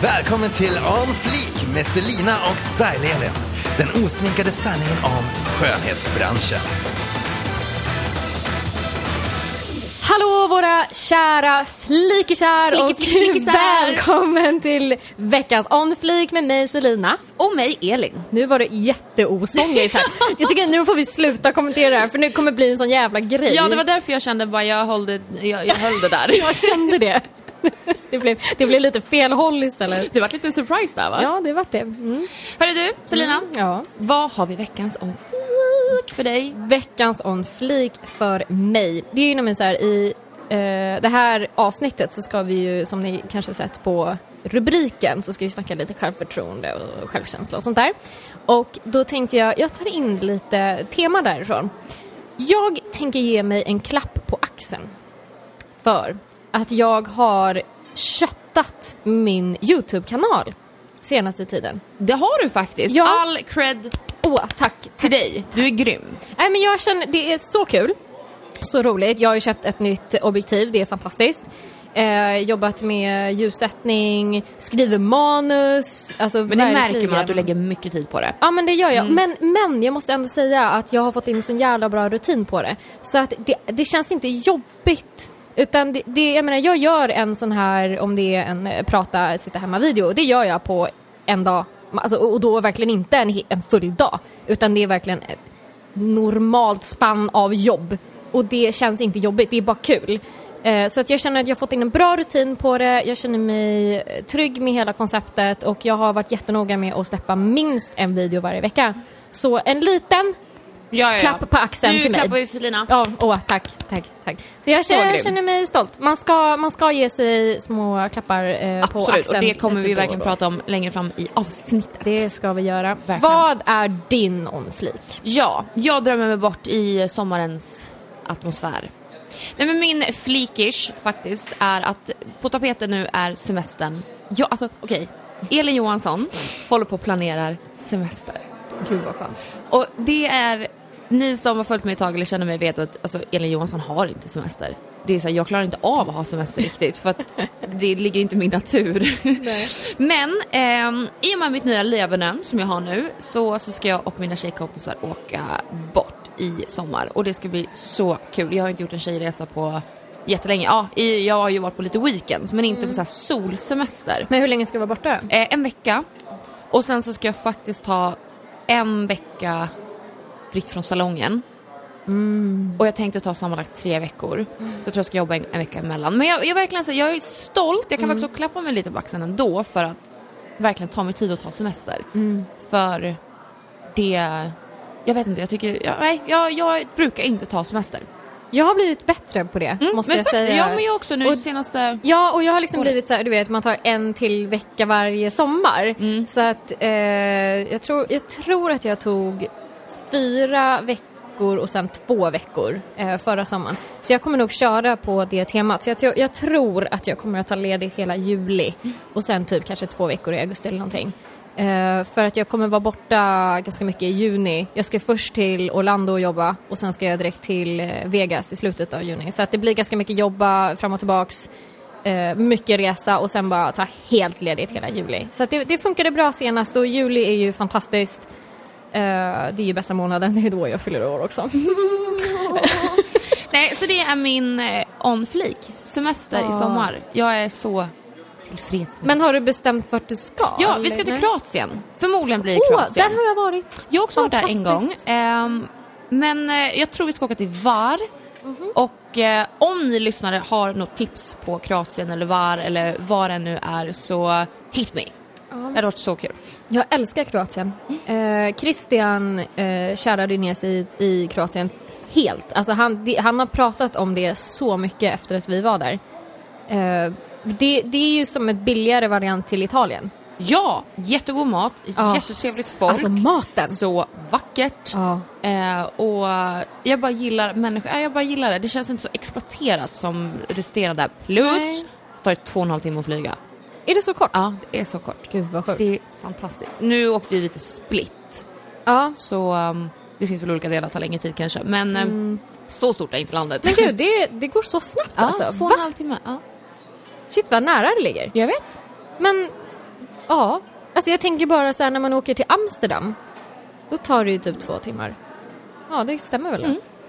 Välkommen till On Fleek med Selina och Style-Elin. Den osminkade sanningen om skönhetsbranschen. Hallå våra kära flikekär och välkommen till veckans On Fleek med mig Selina. Och mig Elin. Nu var det jätteosångigt här. Jag tycker nu får vi sluta kommentera det här för nu kommer det bli en sån jävla grej. Ja, det var därför jag kände bara jag höll det där. Jag kände det. Det blev lite fel håll istället. Det var lite surprise där va? Ja, det var det. Mm. Hörru du, Selina. Ja. Vad har vi veckans On Fleek för dig? Veckans On Fleek för mig. Det är ju nämligen så här i det här avsnittet så ska vi ju, som ni kanske sett på rubriken, så ska vi snacka lite självförtroende och självkänsla och sånt där. Och då tänkte jag tar in lite tema därifrån. Jag tänker ge mig en klapp på axeln för att jag har köttat min YouTube-kanal senaste tiden. Det har du faktiskt. Ja. All cred Tack till dig. Du är grym. Nej, men jag känner, det är så kul. Så roligt. Jag har ju köpt ett nytt objektiv. Det är fantastiskt. Jobbat med ljussättning, skriver manus. Alltså, men det märker man att du lägger mycket tid på det. Ja, men det gör jag. Men jag måste ändå säga att jag har fått in så jävla bra rutin på det. Så att det känns inte jobbigt. Utan jag menar, jag gör en sån här, om det är en sitta hemma-video. Det gör jag på en dag. Alltså, och då verkligen inte en full dag. Utan det är verkligen ett normalt spann av jobb. Och det känns inte jobbigt, det är bara kul. Så att jag känner att jag har fått in en bra rutin på det. Jag känner mig trygg med hela konceptet. Och jag har varit jättenoga med att släppa minst en video varje vecka. Så en liten klapp på axeln till mig. Du klappar ju Selina. Ja, tack. Så jag känner mig stolt. Man ska ge sig små klappar på axeln. Absolut, och det kommer vi verkligen prata om längre fram i avsnittet. Det ska vi göra. Verkligen. Vad är din On Fleek? Ja, jag drömmer mig bort i sommarens atmosfär. Nej, men min fleekish faktiskt är att på tapeten nu är semestern. Ja, alltså okej. Elin Johansson håller på att planera semester. Gud vad skönt. Och det är, ni som har följt mig ett tag eller känner mig vet att alltså, Elin Johansson har inte semester. Det är så här, jag klarar inte av att ha semester riktigt för att det ligger inte i min natur. Nej. Men i och med mitt nya leverne som jag har nu så ska jag och mina tjejkompisar åka bort i sommar. Och det ska bli så kul. Jag har inte gjort en tjejresa på jättelänge. Ja, jag har ju varit på lite weekends men inte på så här solsemester. Men hur länge ska du vara borta? En vecka. Och sen så ska jag faktiskt ta en vecka fritt från salongen. Och jag tänkte ta sammanlagt 3 veckor. Så jag tror jag ska jobba en vecka emellan. Men jag verkligen säger, jag är stolt. Jag kan faktiskt också klappa mig lite på axeln ändå för att verkligen ta mig tid att ta semester. För det, jag vet inte, jag tycker jag brukar inte ta semester. Jag har blivit bättre på det, måste jag säga. Ja, men jag också nu senaste. Ja, och jag har liksom blivit så här, du vet, man tar en till vecka varje sommar. Så att jag tror att jag tog 4 veckor och sen 2 veckor förra sommaren. Så jag kommer nog köra på det temat. Så jag tror att jag kommer att ta ledigt hela juli. Och sen typ kanske 2 veckor i augusti eller någonting. För att jag kommer vara borta ganska mycket i juni. Jag ska först till Orlando och jobba. Och sen ska jag direkt till Vegas i slutet av juni. Så att det blir ganska mycket jobba fram och tillbaks. Mycket resa och sen bara ta helt ledigt hela juli. Så att det funkade bra senast. Och juli är ju fantastiskt. Det är ju bästa månaden. Det är då jag fyller år också. Nej, så det är min On Fleek semester i sommar. Jag är så tillfreds. Men har du bestämt vart du ska? Ja, vi ska till Kroatien. Förmodligen blir det Kroatien. Där har jag varit. Jag har också varit där en gång. Men jag tror vi ska åka till Var. Och om ni lyssnare har något tips på Kroatien eller Var eller vad det nu är, så hit me. Det har varit så kul. Jag älskar Kroatien. Christian kärade ner sig i Kroatien helt. Alltså han har pratat om det så mycket efter att vi var där. Det är ju som ett billigare variant till Italien. Ja, jättegod mat, jättetrevligt folk. Alltså maten. Så vackert. Och jag bara gillar människor. Jag bara gillar det. Det känns inte så exploaterat som resterande. Plus, det tar 2,5 timmar att flyga. Är det så kort? Ja, det är så kort. Gud vad sjukt. Det är fantastiskt. Nu åkte vi till Split. Ja. Så det finns väl olika delar att ta längre tid kanske. Men så stort är inte landet. Men gud, det går så snabbt alltså. 2,5 timmar. Ja. Shit, vad nära det ligger. Jag vet. Men Ja, alltså jag tänker bara så här, när man åker till Amsterdam, då tar det ju typ 2 timmar. Ja, det stämmer väl.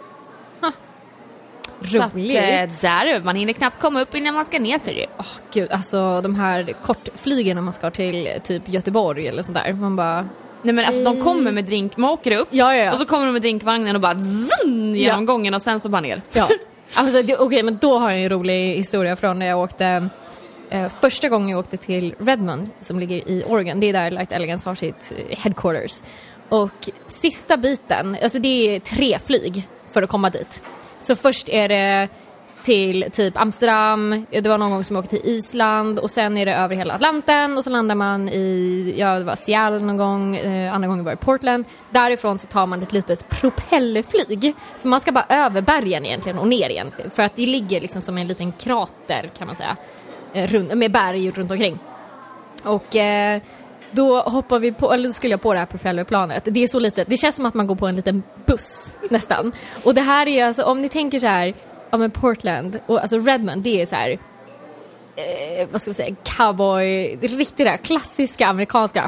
Roligt. Så att, där man hinner knappt komma upp innan man ska ner sig. Gud, alltså de här kortflygen när man ska till typ Göteborg eller sådär. Man bara... Nej men alltså de kommer med drink, man åker upp Ja. och så kommer de med drinkvagnen och bara zzzn, genom gången och sen så bara ner. Ja, alltså, okej, men då har jag en rolig historia från när jag åkte... första gången jag åkte till Redmond som ligger i Oregon. Det är där Light Elegance har sitt headquarters. Och sista biten, alltså det är 3 flyg för att komma dit. Så först är det till typ Amsterdam, det var någon gång som jag åkte till Island och sen är det över hela Atlanten och så landar man i, det var Seattle någon gång, andra gången var det Portland. Därifrån så tar man ett litet propellerflyg, för man ska bara över bergen egentligen och ner egentligen, för att det ligger liksom som en liten krater kan man säga, med berg runt omkring. Och då hoppar vi på, eller då skulle jag på det här propellerplanet. Det är så litet, det känns som att man går på en liten buss nästan. Och det här är alltså, om ni tänker så här, men Portland och alltså Redmond, det är så här vad ska vi säga, cowboy, det riktigt där klassiska amerikanska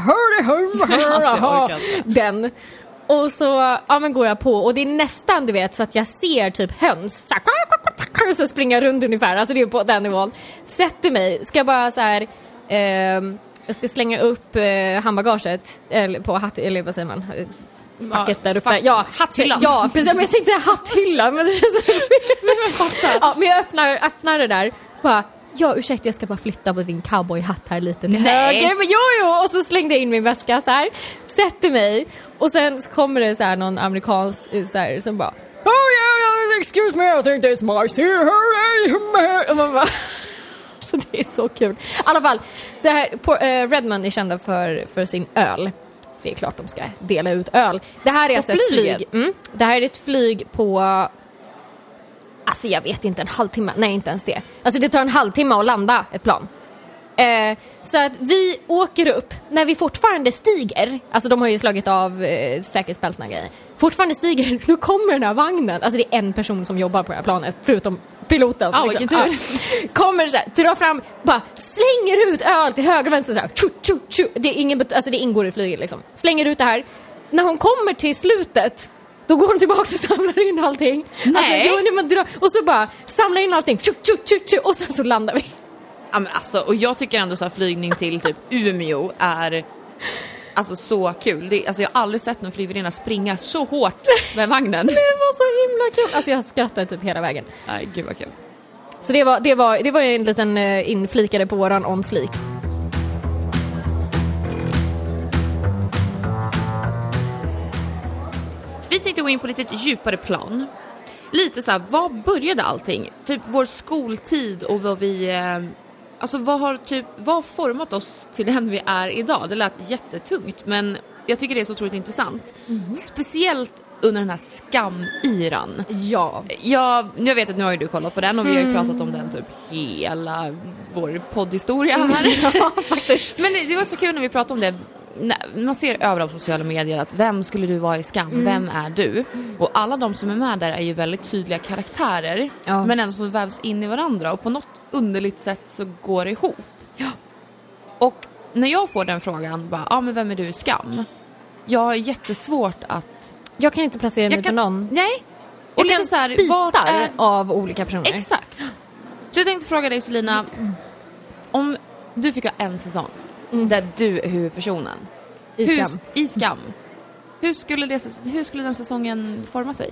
den. Och så men går jag på och det är nästan, du vet, så att jag ser typ höns så springer runt ungefär, alltså det är på den nivån. Sätter mig, ska jag bara så här jag ska slänga upp handbagaget eller på hatt, eller vad säger man? Paket där uppe. Ja, hatthyllan. Ja, precis. Men jag tänkte säga hatthyllan, men det känns men jag öppnar det där. Bara, ursäkta, jag ska bara flytta på din cowboyhatt här lite till höger. Men jo, och så slängde jag in min väska så här. Sätter mig och sen kommer det så här någon amerikansk så här som bara, oh yeah, excuse me, I think there's mice here. Och man bara, så det är så kul. I alla fall, det här, Redmond är kända för sin öl. Det är klart de ska dela ut öl. Det här är alltså ett flyg. Det här är ett flyg på, alltså jag vet inte, en halvtimme. Nej, inte ens det. Alltså det tar en halvtimme att landa ett plan. Så att vi åker upp när vi fortfarande stiger. Alltså de har ju slagit av säkerhetsbältena grejer. Fortfarande stiger, då kommer den här vagnen. Alltså det är en person som jobbar på det här planet förutom piloten. Ja, vilken tur. Kommer så här, drar fram, bara slänger ut öl till höger och vänster så här. Det är ingen, alltså det ingår i flyget liksom. Slänger ut det här. När hon kommer till slutet, då går hon tillbaka och samlar in allting. Nej. Alltså, och så bara samlar in allting. Och sen så landar vi. Ja, men alltså, och jag tycker ändå så här, flygning till typ Umeå är alltså så kul. Alltså jag har aldrig sett någon flygvärdinna springa så hårt med vagnen. Det var så himla kul. Alltså jag skrattade typ hela vägen. Nej, gud vad kul. Så det var en liten inflikade på våran on-flik. Vi tänkte gå in på lite djupare plan. Lite så här, vad började allting? Typ vår skoltid och vad vi... Alltså vad har format oss till den vi är idag? Det lät jättetungt, men jag tycker det är så otroligt intressant. Speciellt under den här skamyran. Ja. Jag vet att nu har ju du kollat på den och vi har ju pratat om den typ hela vår poddhistoria här. Ja, faktiskt. Men det var så kul när vi pratade om det. Man ser överallt på sociala medier att vem skulle du vara i skam? Vem är du? Och alla de som är med där är ju väldigt tydliga karaktärer, men ändå som vävs in i varandra och på något underligt sätt så går det ihop. Ja. Och när jag får den frågan, bara, men vem är du i skam? Jag har jättesvårt att... Jag kan inte placera mig på någon. Nej. Och lite så här, bitar av olika personer. Exakt. Så jag tänkte fråga dig, Selina, om du fick ha en säsong där du är huvudpersonen i skam. Hur skulle den säsongen forma sig?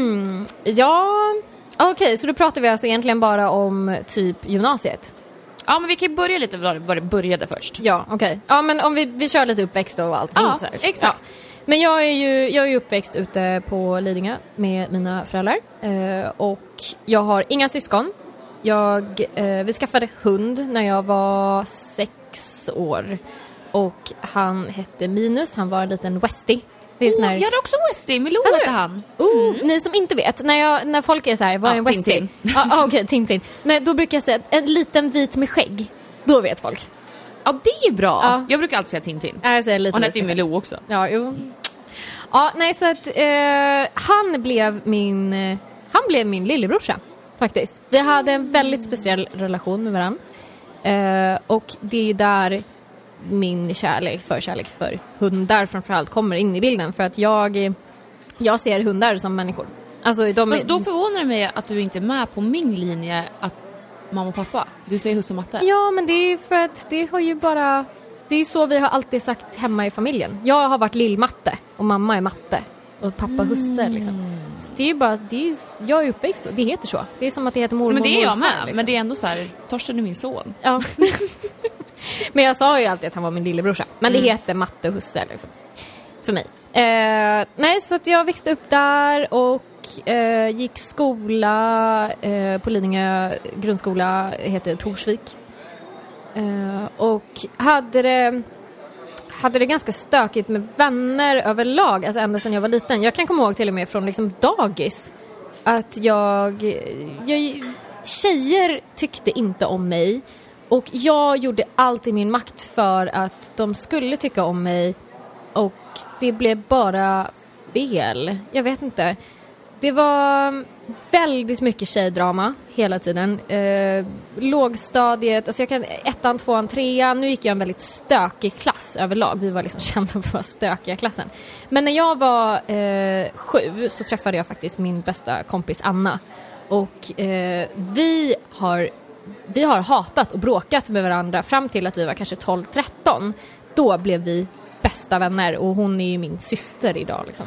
Okej, så då pratar vi alltså egentligen bara om typ gymnasiet. Ja, men vi kan ju börja lite var det började först. Ja, okej. Ja, men om vi kör lite uppväxt och allt. Ja, så här. exakt. Ja. Men jag är ju uppväxt ute på Lidingö med mina föräldrar. Och jag har inga syskon. Vi skaffade hund när jag var 6 år. Och han hette Minus, han var en liten Westie. Jag hade också Westie, Milou hette han. Ni som inte vet, när folk är så här, vad är en Westie? Tintin. Okej, Tintin. Men då brukar jag säga en liten vit med skägg. Då vet folk. Ja, det är bra. Ja. Jag brukar alltid säga Tintin. Jag säger lite. Han hette ju Milou också. Ja, jo. Ja, nej, så att han blev min lillebrorsa faktiskt. Vi hade en väldigt speciell relation med varandra. Och det är ju där min förkärlek för hundar framförallt kommer in i bilden. För att jag ser hundar som människor. Alltså, Fast då förvånar det mig att du inte är med på min linje att mamma och pappa, du säger husse och matte. Ja, men det är för att det har ju bara... Det är så vi har alltid sagt hemma i familjen. Jag har varit lill-matte och mamma är matte. Och pappa husse liksom. Så det är ju bara... jag är uppväxt så. Det heter så. Det är som att det heter mormor. Men det är jag med. Liksom. Men det är ändå så här, Torsten är min son. Ja. Men jag sa ju alltid att han var min lillebrorsa. Men det heter matte och husse liksom. För mig. Nej, så att jag växte upp där och gick skola på Lidingö grundskola, heter Torsvik. Och hade det ganska stökigt med vänner överlag, alltså ända sedan jag var liten. Jag kan komma ihåg till och med från liksom dagis att tjejer tyckte inte om mig och jag gjorde allt i min makt för att de skulle tycka om mig och det blev bara fel. Jag vet inte. Det var väldigt mycket tjejdrama hela tiden. Lågstadiet, alltså jag kan 1:an, 2:an, 3:an. Nu gick jag en väldigt stökig klass överlag. Vi var liksom kända för att vara stökiga klassen. Men när jag var 7 så träffade jag faktiskt min bästa kompis Anna. Och vi har hatat och bråkat med varandra fram till att vi var kanske 12-13. Då blev vi bästa vänner och hon är ju min syster idag liksom.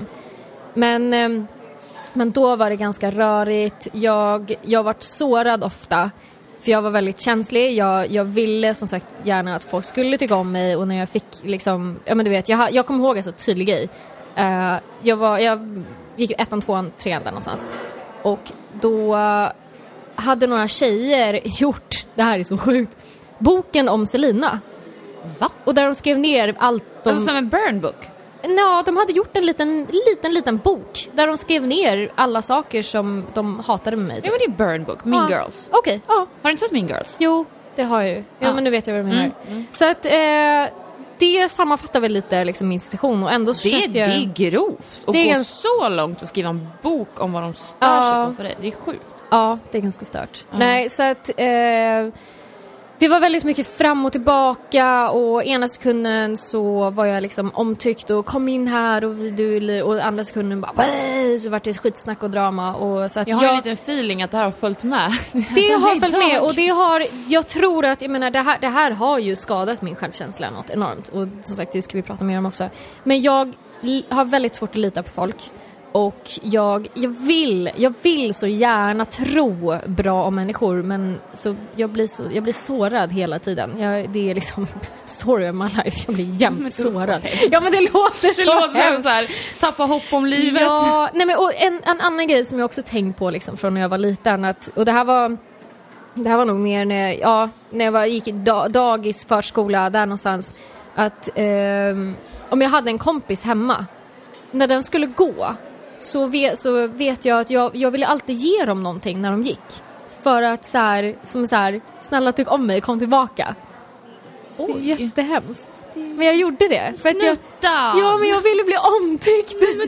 Men då var det ganska rörigt. Jag varit sårad ofta. För jag var väldigt känslig. Jag ville som sagt gärna att folk skulle tycka om mig. Och när jag fick liksom... Ja men du vet, jag kommer ihåg en så tydlig grej. Jag gick 1:an, 2:an, 3:an där någonstans. Och då hade några tjejer gjort... Det här är så sjukt. Boken om Selina. Va? Och där de skrev ner allt de... Alltså som en burn book? Ja, de hade gjort en liten bok där de skrev ner alla saker som de hatade med mig. Ja, men det är burn book, Mean Girls. Okej, ja. Har du inte sett Mean Girls? Jo, det har jag ju. Ja, men nu vet jag vad du menar. Så att det sammanfattar väl lite liksom min situation och ändå så det är grovt. Och gå så långt och skriva en bok om vad de stör sig på för dig. Det är sjukt. Ja, det är ganska stört. Nej, så att... det var väldigt mycket fram och tillbaka och ena sekunden så var jag liksom omtyckt och kom in här och andra sekunden bara så var det skitsnack och drama och så att jag har en liten feeling att det här har följt med. Det har följt med och jag tror att jag menar det här har ju skadat min självkänsla något enormt och som sagt det ska vi prata mer om också. Men jag har väldigt svårt att lita på folk. Och jag vill så gärna tro bra om människor men så jag blir sårad hela tiden. Det är liksom story of my life. Jag blir jämt sårad. Ja men det låter så här tappa hopp om livet. Ja, nej men och en annan grej som jag också tänkt på liksom från när jag var liten och det här var nog mer när jag gick i dagis, förskola där någonstans att om jag hade en kompis hemma när den skulle gå så vet jag att jag ville alltid ge dem någonting när de gick. För att snälla tyck om mig, kom tillbaka. Oj. Det är jättehemskt. Men jag gjorde det. För att men jag ville bli omtyckt. Men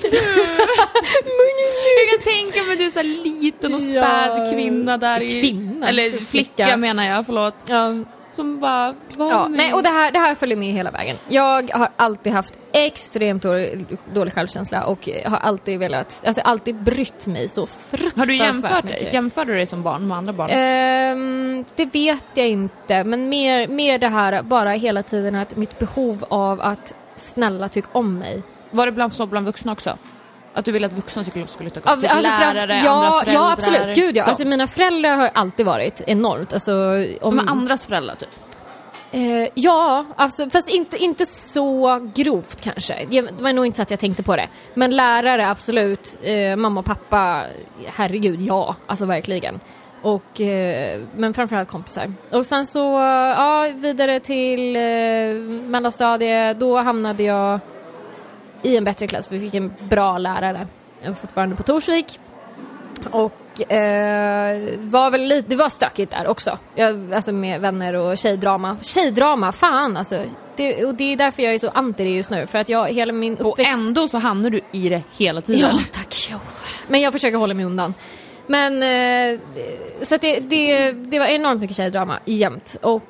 jag kan tänka mig du är så liten och späd kvinna där kvinna. Eller flicka menar jag, förlåt. Ja. Som bara nej, och det här följer med hela vägen. Jag har alltid haft extremt dålig självkänsla och har alltid velat, alltså alltid brytt mig så fruktansvärt. Har du jämförde du dig som barn med andra barn? Det vet jag inte, men mer det här bara hela tiden att mitt behov av att snälla tycka om mig. Var det bland vuxna också? Att du ville att vuxna skulle tycka om lärare, andra föräldrar? Ja, absolut. Gud, ja. Alltså, mina föräldrar har alltid varit enormt. Alltså, de andras föräldrar, typ? Ja, alltså, fast inte så grovt kanske. Det var nog inte så att jag tänkte på det. Men lärare, absolut. Mamma och pappa, herregud, ja. Alltså verkligen. Och, men framförallt kompisar. Och sen så, vidare till mellanstadiet. Då hamnade jag i en bättre klass. Vi fick en bra lärare. Jag var fortfarande på Torsvik. Och var väl lite, det var stökigt där också. Alltså med vänner och tjejdrama, fan alltså. Och det är därför jag är så anti det just nu. För att hela min uppväxt... Och ändå så hamnar du i det hela tiden. Ja, tack. Jo. Men jag försöker hålla mig undan. Men så att det var enormt mycket tjejdrama jämt. Och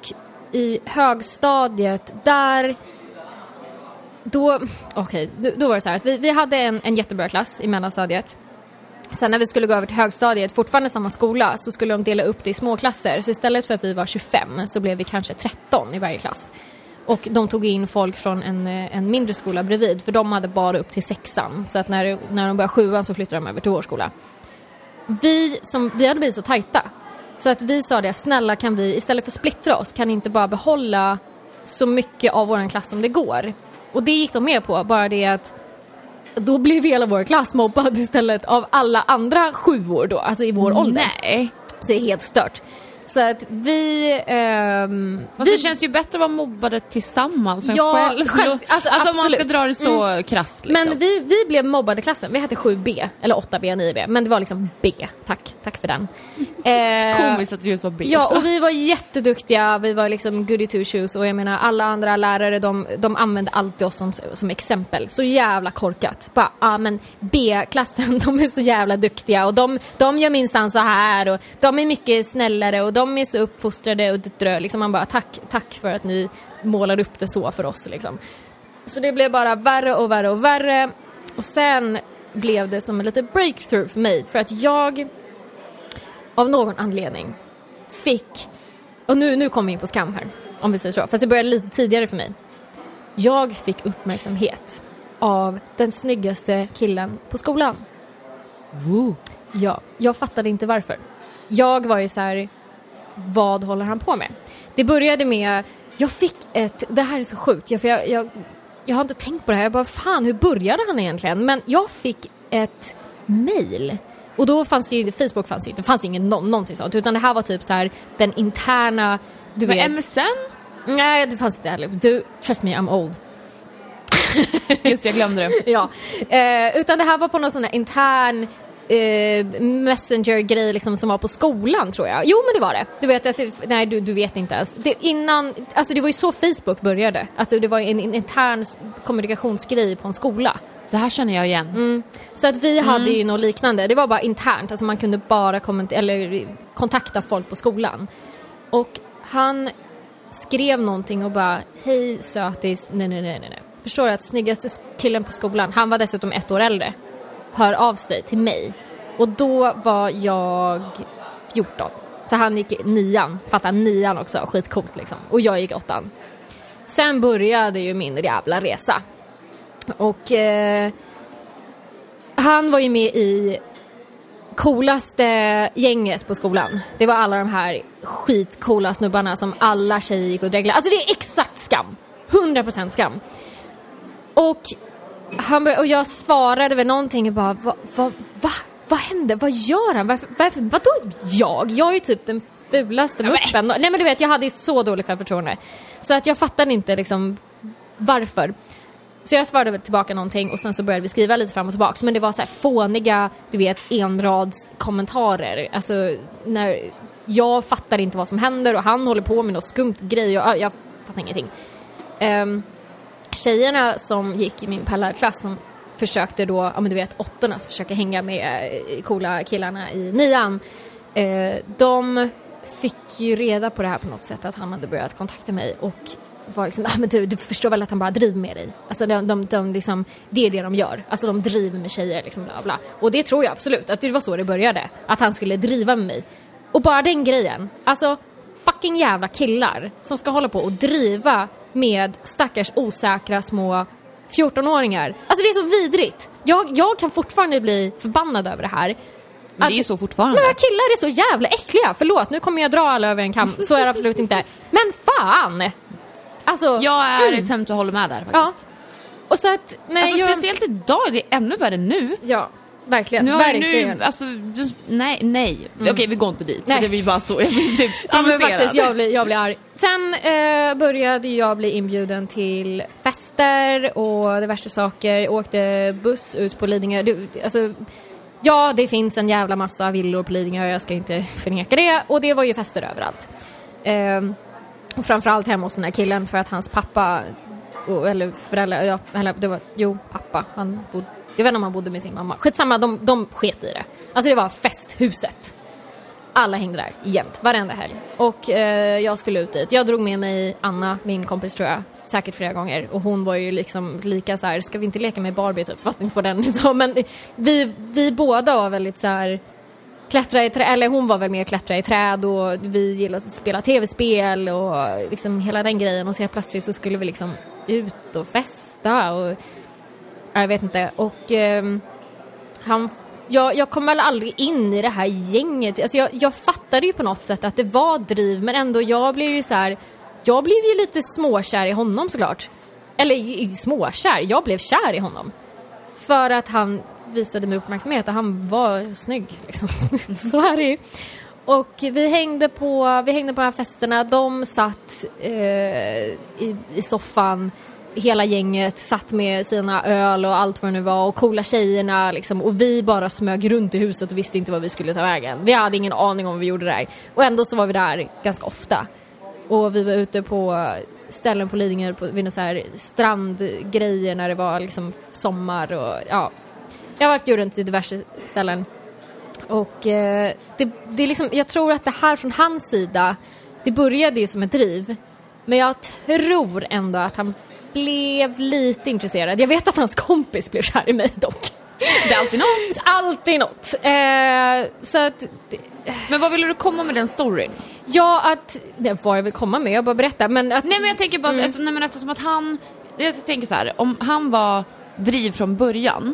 i högstadiet, där då var det så här att vi hade en jättebra klass i mellanstadiet. Sen när vi skulle gå över till högstadiet, fortfarande samma skola, så skulle de dela upp det i små klasser. Så istället för att vi var 25 så blev vi kanske 13 i varje klass. Och de tog in folk från en mindre skola bredvid, för de hade bara upp till 6:an. Så att när de började 7:an så flyttade de över till vår skola. Vi hade blivit så tajta. Så att vi sa det, snälla kan vi, istället för att splittra oss, kan inte bara behålla så mycket av vår klass som det går. Och det gick de med på, bara det att då blev hela vår klass mobbad istället av alla andra 7-år då, alltså i vår ålder. Nej. Så det är helt stört. Så att det känns ju bättre att vara mobbade tillsammans än själv. Alltså om man ska dra det så krasst liksom. Men vi blev mobbade i klassen. Vi hette 7B, eller 8B, 9B. Men det var liksom B. Tack för den. Komiskt att det just var B. Ja, och vi var jätteduktiga. Vi var liksom goody two shoes. Och jag menar, alla andra lärare, de använde alltid oss som exempel. Så jävla korkat. Bara, men B-klassen, de är så jävla duktiga. Och de gör minsann så här. Och de är mycket snällare. Och de är så uppfostrade och liksom man bara tack för att ni målar upp det så för oss liksom. Så det blev bara värre och värre och värre. Och sen blev det som en liten breakthrough för mig, för att jag av någon anledning fick, och nu kommer vi in på skam här om vi säger så, fast det började lite tidigare för mig. Jag fick uppmärksamhet av den snyggaste killen på skolan. Woo. Ja, jag fattade inte varför. Jag var ju så här, vad håller han på med? Det började med, jag fick det här är så sjukt, för jag har inte tänkt på det här. Jag bara, fan, hur började han egentligen? Men jag fick ett mejl. Och då fanns ju, Facebook fanns ju inte, det fanns ingen någonting sånt, utan det här var typ så här den interna, du vet. MSN? Nej, det fanns inte heller. Du, trust me, I'm old. Just, jag glömde det. Ja, utan det här var på någon sån här intern messenger-grej liksom, som var på skolan, tror jag. Jo, men det var det. Du vet att nej, du vet inte ens. Det var ju så Facebook började. Att det var en intern kommunikationsgrej på en skola. Det här känner jag igen. Så att vi hade ju något liknande. Det var bara internt, alltså man kunde bara kontakta folk på skolan. Och han skrev någonting och bara, hej sötis, nej. Förstår du att snyggaste killen på skolan, han var dessutom 1 år äldre, hör av sig till mig. Och då var jag 14. Så han gick 9:an. Fattar 9:an också, skitcoolt liksom. Och jag gick 8:an. Sen började ju min jävla resa. Och han var ju med i coolaste gänget på skolan. Det var alla de här skitcoola snubbarna som alla tjejer gick och dreglade. Alltså det är exakt skam. 100% skam. Och jag svarade väl någonting och bara, vad hände? Vad gör han? Vadå jag? Jag är ju typ den fulaste muppen. Nej, men du vet, jag hade ju så dåligt självförtroende. Så att jag fattade inte liksom varför. Så jag svarade väl tillbaka någonting och sen så började vi skriva lite fram och tillbaka. Men det var så här fåniga, du vet, enrads kommentarer. Alltså, när jag fattar inte vad som händer och han håller på med något skumt grej och jag fattar ingenting. Tjejerna som gick i min parallellklass som försökte då, ja men du vet, 8:orna försöka hänga med coola killarna i 9:an. De fick ju reda på det här på något sätt, att han hade börjat kontakta mig och var liksom, men du förstår väl att han bara driver med dig. Alltså de liksom, det är det de gör. Alltså de driver med tjejer liksom, bla bla. Och det tror jag absolut, att det var så det började. Att han skulle driva med mig. Och bara den grejen, alltså fucking jävla killar som ska hålla på och driva med stackars osäkra små 14-åringar. Alltså det är så vidrigt. Jag kan fortfarande bli förbannad över det här. Men det är ju så fortfarande. Men killar är så jävla äckliga. Förlåt, nu kommer jag dra alla över en kam. Så är det absolut inte. Men fan! Alltså, jag är ett hämt och håller med där faktiskt. Ja. Och så att, speciellt idag, det är ännu värre nu. Ja, verkligen. Nu, alltså, nej. Okej, vi går inte dit. Nej. Det blir bara så. Jag blir typ ja, men faktiskt, jag blir arg. Sen började jag bli inbjuden till fester och diverse saker. Jag åkte buss ut på Lidingö. Ja, det finns en jävla massa villor på Lidingö. Jag ska inte förneka det. Och det var ju fester överallt. Och framförallt hemma hos den här killen, för att hans pappa eller föräldrar, pappa, jag vet inte om han bodde med sin mamma. Skitsamma, de sket i det. Alltså det var festhuset. Alla hängde där jämt, varenda helg. Och jag skulle ut dit. Jag drog med mig Anna, min kompis tror jag, säkert flera gånger. Och hon var ju liksom lika så här, ska vi inte leka med Barbie typ? Fast inte på den så. Men vi båda var väldigt så här, klättra i träd, eller hon var väl mer klättra i träd, och vi gillade att spela tv-spel och liksom hela den grejen. Och så plötsligt så skulle vi liksom ut och festa och jag vet inte. Och jag kom väl aldrig in i det här gänget. Alltså jag fattade ju på något sätt att det var driv, men ändå jag blev ju lite småkär i honom såklart. Eller småkär, jag blev kär i honom. För att han visade mig uppmärksamhet och han var snygg liksom. Så är det ju. Och vi hängde på de här festerna. De satt i soffan, hela gänget satt med sina öl och allt vad det nu var, och coola tjejerna liksom, och vi bara smög runt i huset och visste inte vad vi skulle ta vägen. Vi hade ingen aning om vad vi gjorde där. Och ändå så var vi där ganska ofta. Och vi var ute på ställen på Lidingö vid så här strandgrejer när det var liksom sommar och ja. Jag har varit runt i diverse ställen. Och det är liksom, jag tror att det här från hans sida, det började ju som ett driv. Men jag tror ändå att han blev lite intresserad. Jag vet att hans kompis blev kär i mig dock. Det är alltid något. Alltid något. Så att, men vad ville du komma med den storyn? Ja, att det var jag vill komma med, jag bara berätta. Men att, nej, men jag tänker bara eftersom att han, jag tänker så här, om han var driv från början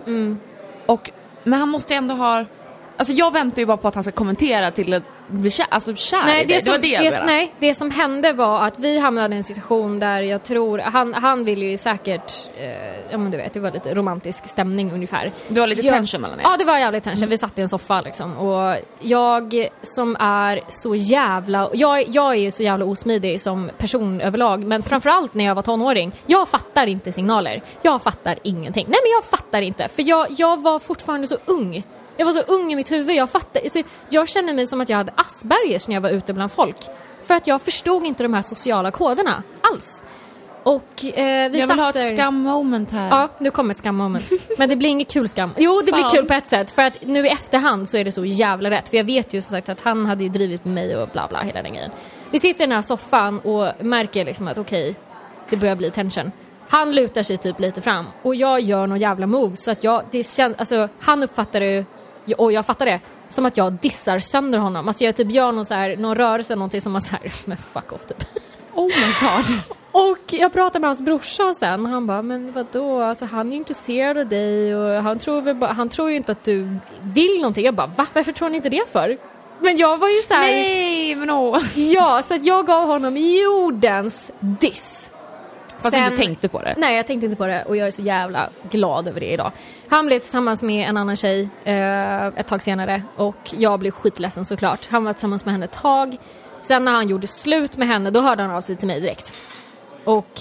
men han måste ändå ha, alltså jag väntar ju bara på att han ska kommentera till att bli kär, alltså kär. Nej, det som hände var att vi hamnade i en situation där jag tror han ville ju säkert ja men du vet, det var lite romantisk stämning ungefär. Det var lite tension mellan er. Ja, det var jävligt tension. Vi satt i en soffa liksom, och jag som är så jävla jag är så jävla osmidig som person överlag, men framförallt när jag var tonåring. Jag fattar inte signaler. Jag fattar ingenting. Nej, men jag fattar inte, för jag var fortfarande så ung. Jag var så ung i mitt huvud. Jag kände mig som att jag hade Aspergers när jag var ute bland folk. För att jag förstod inte de här sociala koderna alls. Och jag vill ha ett skam-moment här. Ja, nu kommer ett skam-moment. Men det blir inget kul skam. Jo, det blir kul på ett sätt. För att nu i efterhand så är det så jävla rätt. För jag vet ju som sagt att han hade ju drivit med mig och bla bla hela den grejen. Vi sitter i den här soffan och märker liksom att okej, det börjar bli tension. Han lutar sig typ lite fram och jag gör någon jävla move så att han uppfattar det, och jag fattar det som att jag dissar sönder honom. Alltså jag typ gör någon rörelse, någonting som att så här, men fuck off typ. Oh my god. Och jag pratade med hans brorsa sen. Han bara, men vadå? Alltså, han är ju intresserad av dig och han tror ju inte att du vill någonting. Jag bara, va? Varför tror ni inte det för? Men jag var ju så här. Nej, men åh. Ja, så att jag gav honom jordens diss. Fast du inte tänkte på det? Nej, jag tänkte inte på det och jag är så jävla glad över det idag. Han blev tillsammans med en annan tjej ett tag senare och jag blev skitledsen såklart. Han var tillsammans med henne ett tag. Sen när han gjorde slut med henne, då hörde han av sig till mig direkt. Och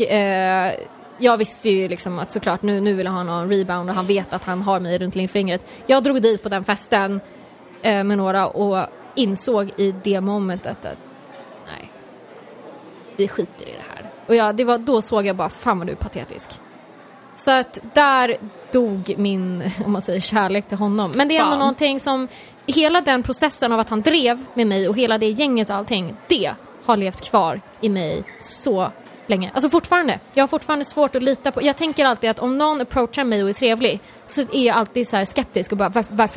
jag visste ju liksom att såklart nu vill han ha en rebound och han vet att han har mig runt lillfingret. Jag drog dit på den festen med några och insåg i det momentet att nej, vi skiter i det här. Och då såg jag bara, fan vad du är patetisk. Så att där dog min, om man säger, kärlek till honom. Men det är ändå någonting som, hela den processen av att han drev med mig och hela det gänget och allting, det har levt kvar i mig så länge. Alltså fortfarande. Jag har fortfarande svårt att lita på. Jag tänker alltid att om någon approachar mig och är trevlig så är jag alltid så här skeptisk och bara, varför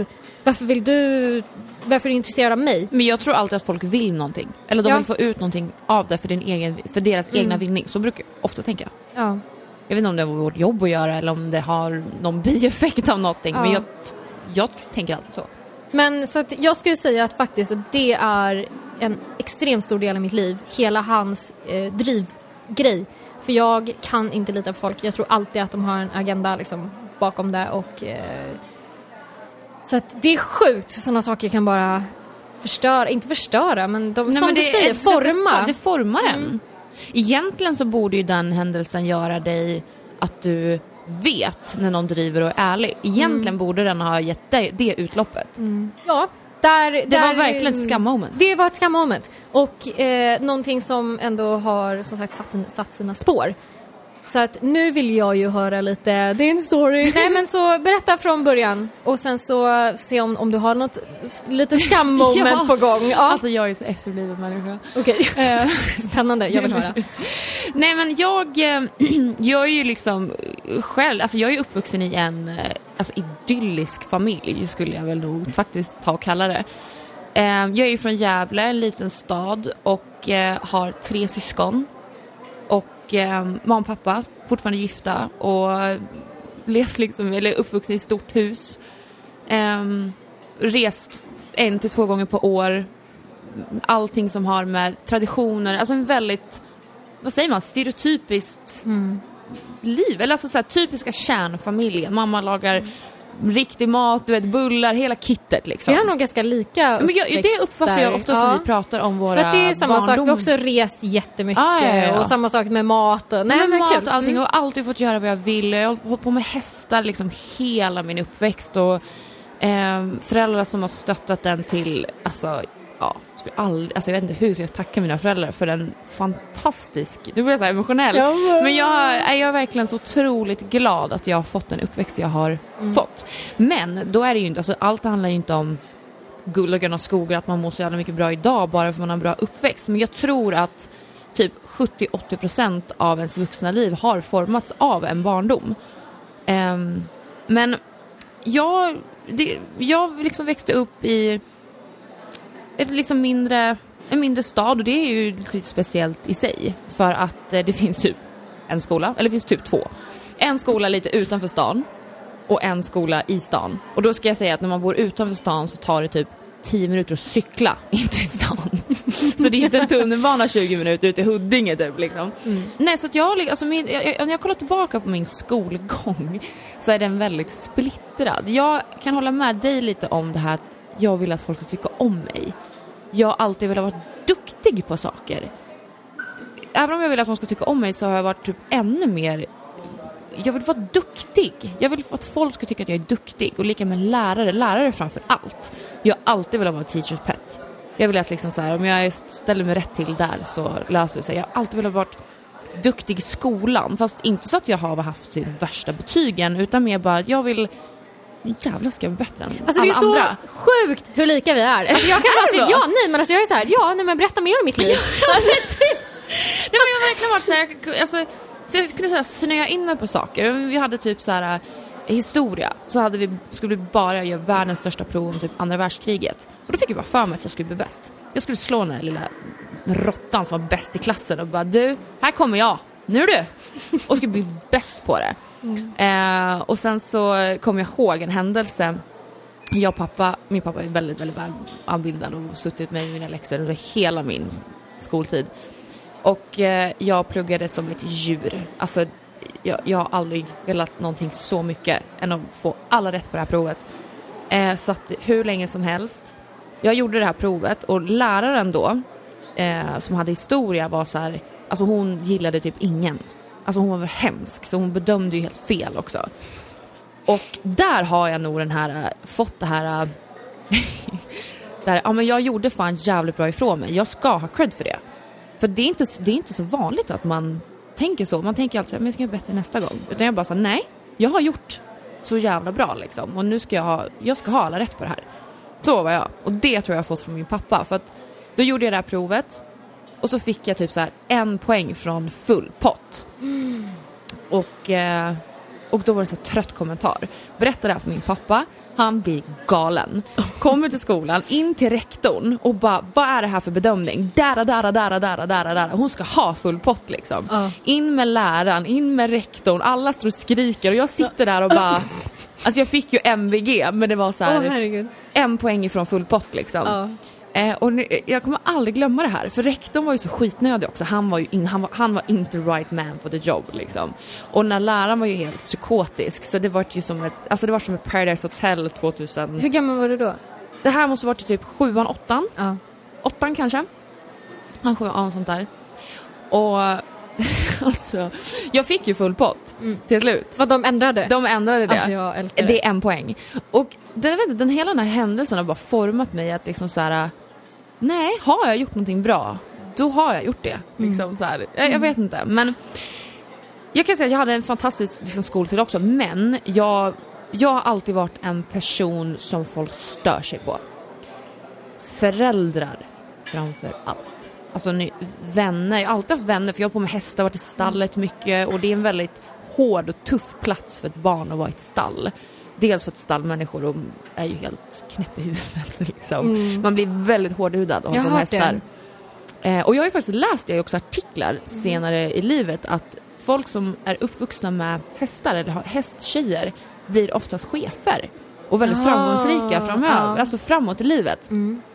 är du intresserad av mig? Men jag tror alltid att folk vill någonting. Eller de vill få ut någonting av det för deras egna vinning. Så brukar jag ofta tänka. Ja. Jag vet inte om det har vårt jobb att göra eller om det har någon bieffekt av någonting. Ja. Men jag tänker alltid så. Men så att jag skulle säga att faktiskt att det är en extremt stor del av mitt liv. Hela hans drivgrej. För jag kan inte lita på folk. Jag tror alltid att de har en agenda liksom bakom det. Och så att det är sjukt. Sådana saker kan bara förstöra. Inte förstöra, men som du säger, forma. Det formar en. Egentligen så borde ju den händelsen göra dig att du vet när någon driver och är ärlig. Egentligen borde den ha gett dig det utloppet. Ja, det var verkligen ett skam-moment. Det var ett skam-moment. Och någonting som ändå har som sagt satt sina spår. Så att nu vill jag ju höra lite din story. Nej, men så berätta från början och sen så se om du har något lite skam-moment på gång. Ja. Alltså jag är så efterbliven människa. Okej. Spännande, jag vill höra. Nej, men jag är ju liksom själv, alltså jag är uppvuxen i en idyllisk familj skulle jag väl nog faktiskt ta och kalla det. Jag är ju från Gävle, en liten stad, och har 3 syskon. Och mamma och pappa fortfarande gifta och levt liksom, eller uppvuxen i ett stort hus. Rest 1 till 2 gånger på år. Allting som har med traditioner, alltså en väldigt, vad säger man, stereotypiskt liv. Eller alltså så här, typiska kärnfamiljen. Mamma lagar riktig mat, du vet, bullar, hela kittet liksom. Vi har nog ganska lika uppväxt. Men det uppfattar jag oftast när vi pratar om våra barndom. För det är samma sak, vi har också rest jättemycket och samma sak med mat och mat kul. Och allting, och alltid fått göra vad jag vill. Jag har hållit på med hästar liksom hela min uppväxt, och föräldrar som har stöttat den till, jag vet inte hur jag tackar mina föräldrar för en fantastisk, du blir så emotionell. Men jag är verkligen så otroligt glad att jag har fått den uppväxt jag har fått. Men då är det ju inte, alltså allt handlar ju inte om guld och gröna skogar, att man mår så jävla mycket bra idag bara för man har en bra uppväxt. Men jag tror att typ 70-80% av ens vuxna liv har formats av en barndom. Men jag liksom växte upp i liksom en mindre stad, och det är ju lite speciellt i sig för att det finns typ en skola, eller det finns typ 2. En skola lite utanför stan och en skola i stan. Och då ska jag säga att när man bor utanför stan så tar det typ 10 minuter att cykla in till stan. Så det är inte en tunnelbana 20 minuter ut i Huddinge typ liksom. Nej, så att när jag kollar tillbaka på min skolgång så är den väldigt splittrad. Jag kan hålla med dig lite om det här att jag vill att folk ska tycka om mig. Jag har alltid velat vara duktig på saker. Även om jag vill att de ska tycka om mig så har jag varit typ ännu mer. Jag vill vara duktig. Jag vill att folk ska tycka att jag är duktig. Och lika med lärare framför allt. Jag har alltid velat vara teacher's pet. Jag vill att liksom så här, om jag ställer mig rätt till där så löser det sig. Jag har alltid velat vara duktig i skolan. Fast inte så att jag har haft sin värsta betygen, utan mer bara att jag vill. Jävlar, ska jag vara bättre än alltså, alla andra. Det är så sjukt hur lika vi är. Alltså, jag kan bara säga men alltså, jag är så här, men berätta mer om mitt liv. Nej, men jag har verkligen varit så här, så jag kunde så här, snöa in mig på saker. Vi hade typ så här historia, så skulle vi bara göra världens största prov om typ andra världskriget. Och då fick jag bara för mig att jag skulle bli bäst. Jag skulle slå den här lilla råttan som var bäst i klassen och bara, du, här kommer jag. Nu är du. Och skulle bli bäst på det. Och sen så kom jag ihåg en händelse. Min pappa är väldigt, väldigt väl anbildad och suttit med mina läxor under hela min skoltid. Och jag pluggade som ett djur. Alltså jag har aldrig velat någonting så mycket än att få alla rätt på det här provet. Så att hur länge som helst. Jag gjorde det här provet, och läraren då som hade historia var så här, alltså hon gillade typ ingen. Alltså hon var hemsk, så hon bedömde ju helt fel också. Och där har jag nog fått det här men jag gjorde fan jävligt bra ifrån mig. Jag ska ha cred för det. För det är inte så vanligt att man tänker så. Man tänker alltid, men jag ska göra bättre nästa gång. Utan jag bara sa, nej, jag har gjort så jävla bra liksom. Och nu ska jag ska ha alla rätt på det här. Så var jag. Och det tror jag har fått från min pappa. För att då gjorde jag det här provet. Och så fick jag typ så här 1 poäng från full pott. Och då var det så här trött kommentar. Berättade det här för min pappa. Han blir galen. Kommer till skolan, in till rektorn och bara, vad är det här för bedömning? Där. Hon ska ha full pott liksom. In med läraren, in med rektorn. Alla står och skriker och jag sitter där och bara. Alltså jag fick ju MVG, men det var så här 1 poäng ifrån full pott liksom. Och jag kommer aldrig glömma det här. För rektorn var ju så skitnödig också. Han var inte right man for the job liksom. Och när läraren var ju helt psykotisk. Så det var ju som det var som ett Paradise Hotel 2000. Hur gammal var du då? Det här måste varit typ 7:an, 8:an. 8:an kanske. Han 7:an och sånt där. Och alltså, jag fick ju full pott till slut. Vad de ändrade? De ändrade det. Alltså jag älskar det är 1 poäng. Och hela den här händelsen har bara format mig att liksom så här, nej, har jag gjort någonting bra, då har jag gjort det liksom så här. Jag vet inte, men Jag kan säga att jag hade en fantastisk liksom, skoltid också. Men jag har alltid varit en person som folk stör sig på. Föräldrar framför allt. Alltså vänner. Jag har alltid haft vänner för jag har på med hästar, varit i stallet mycket. Och det är en väldigt hård och tuff plats för ett barn att vara i ett stall. Dels för att stallmänniskor är ju helt knäpp i huvudet. Liksom. Man blir väldigt hårdhudad och har på med hästar. Och jag har ju faktiskt läst det också artiklar senare i livet att folk som är uppvuxna med hästar eller har hästtjejer blir oftast chefer och väldigt framgångsrika framöver, alltså framåt i livet.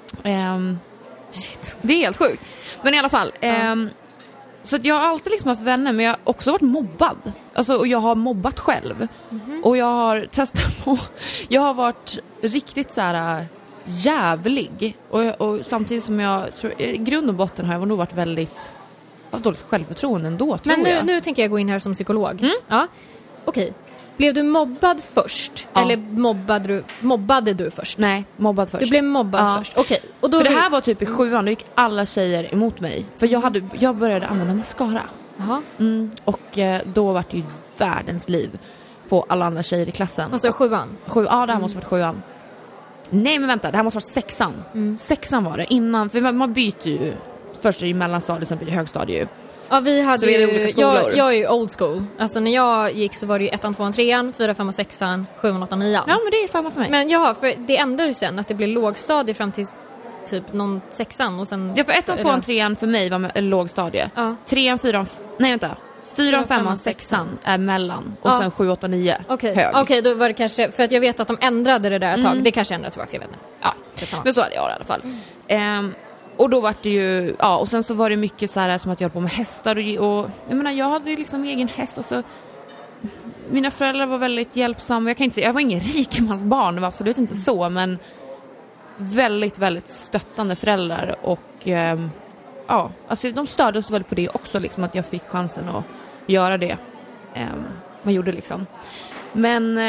Det är helt sjukt. Men i alla fall, så att jag har alltid liksom haft vänner, men jag har också varit mobbad. Alltså, och jag har mobbat själv. Och jag har testat på, jag har varit riktigt så här jävlig. Och samtidigt som jag tror, i grund och botten har jag nog varit väldigt dåligt självförtroende ändå, tror jag. Men nu tänker jag gå in här som psykolog. Ja. Okej. Blev du mobbad först? Ja. Eller mobbade du först? Nej, mobbad först. Du blev mobbad först. Okej. Och då för det här var typ i 7:an, då gick alla tjejer emot mig. För jag började använda mascara. Jaha. Och då var det ju världens liv på alla andra tjejer i klassen. Och så 7:an? Ja, det här måste varit 7:an. Nej, men vänta, det här måste varit 6:an. 6:an var det, innan, för man byter ju. Först är det ju mellanstadiet, sen blir det högstadiet. Ja, vi hade så ju, jag är ju old school. Alltså när jag gick så var det ju 1:an, 2:an, 3:an, 4:an, 5:an, 6:an, 7:an, 8:an, 9:an. Ja, men det är samma för mig. Men för det ändrar ju sen att det blir lågstadie fram till typ någon 6:an och sen... Ja, för 1:an, 2:an, 3:an för mig var lågstadie. 3:an, 4:an, nej vänta. 4:an, 5:an, 6:an är mellan. Och sen 7, 8, 9 hög. Okej, då var det kanske... För att jag vet att de ändrade det där ett tag. Det kanske ändrade tillbaka, jag vet inte. Ja, men så är det i alla fall. Och då var det ju, och sen så var det mycket så här som att jag höll på med hästar och jag menar, jag hade ju liksom egen häst, alltså mina föräldrar var väldigt hjälpsamma. Jag kan inte säga, jag var ingen rikmans barn, det var absolut inte så, men väldigt, väldigt stöttande föräldrar och alltså de stödde oss väl på det också, liksom att jag fick chansen att göra det man gjorde liksom. Men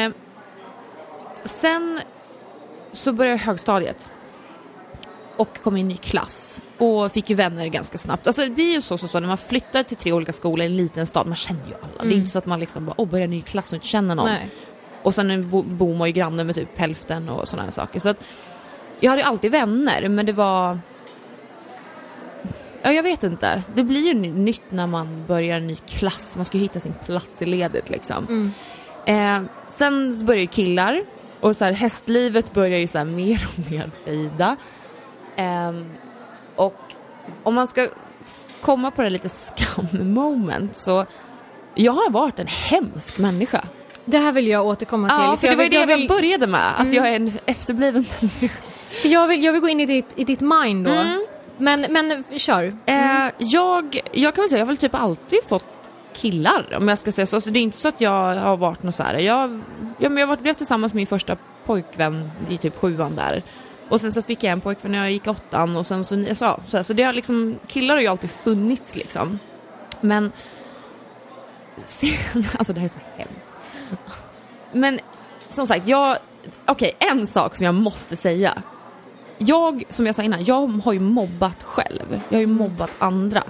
sen så började jag högstadiet och kom i en ny klass och fick ju vänner ganska snabbt. Alltså det blir ju så när man flyttar till 3 olika skolor i en liten stad, man känner ju alla. Det är inte så att man liksom bara börjar en ny klass och inte känner någon. Nej. Och sen bor man ju granne med typ hälften och sådana här saker. Så att jag hade ju alltid vänner, men det var... Ja, jag vet inte. Det blir ju nytt när man börjar en ny klass. Man ska ju hitta sin plats i ledet liksom. Sen börjar ju killar. Och så här, hästlivet börjar ju så här mer och mer fejda. Och om man ska komma på det lite skam-moment, så jag har varit en hemsk människa. Det här vill jag återkomma till. Ja, för det var ju det jag började med. Att jag är en efterbliven människa. För jag vill gå in i ditt mind då. Men kör. Jag kan väl säga, jag har väl typ alltid fått killar, om jag ska säga så. Alltså, det är inte så att jag har varit något så här. Jag har blivit tillsammans med min första pojkvän i typ 7:an där. Och sen så fick jag en pojkvän när jag gick 8:an. Och sen så det har liksom, killar har ju alltid funnits liksom. Men sen, alltså det här är så hemskt. Men som sagt, en sak som jag måste säga. Som jag sa innan, jag har ju mobbat själv. Jag har ju mobbat andra.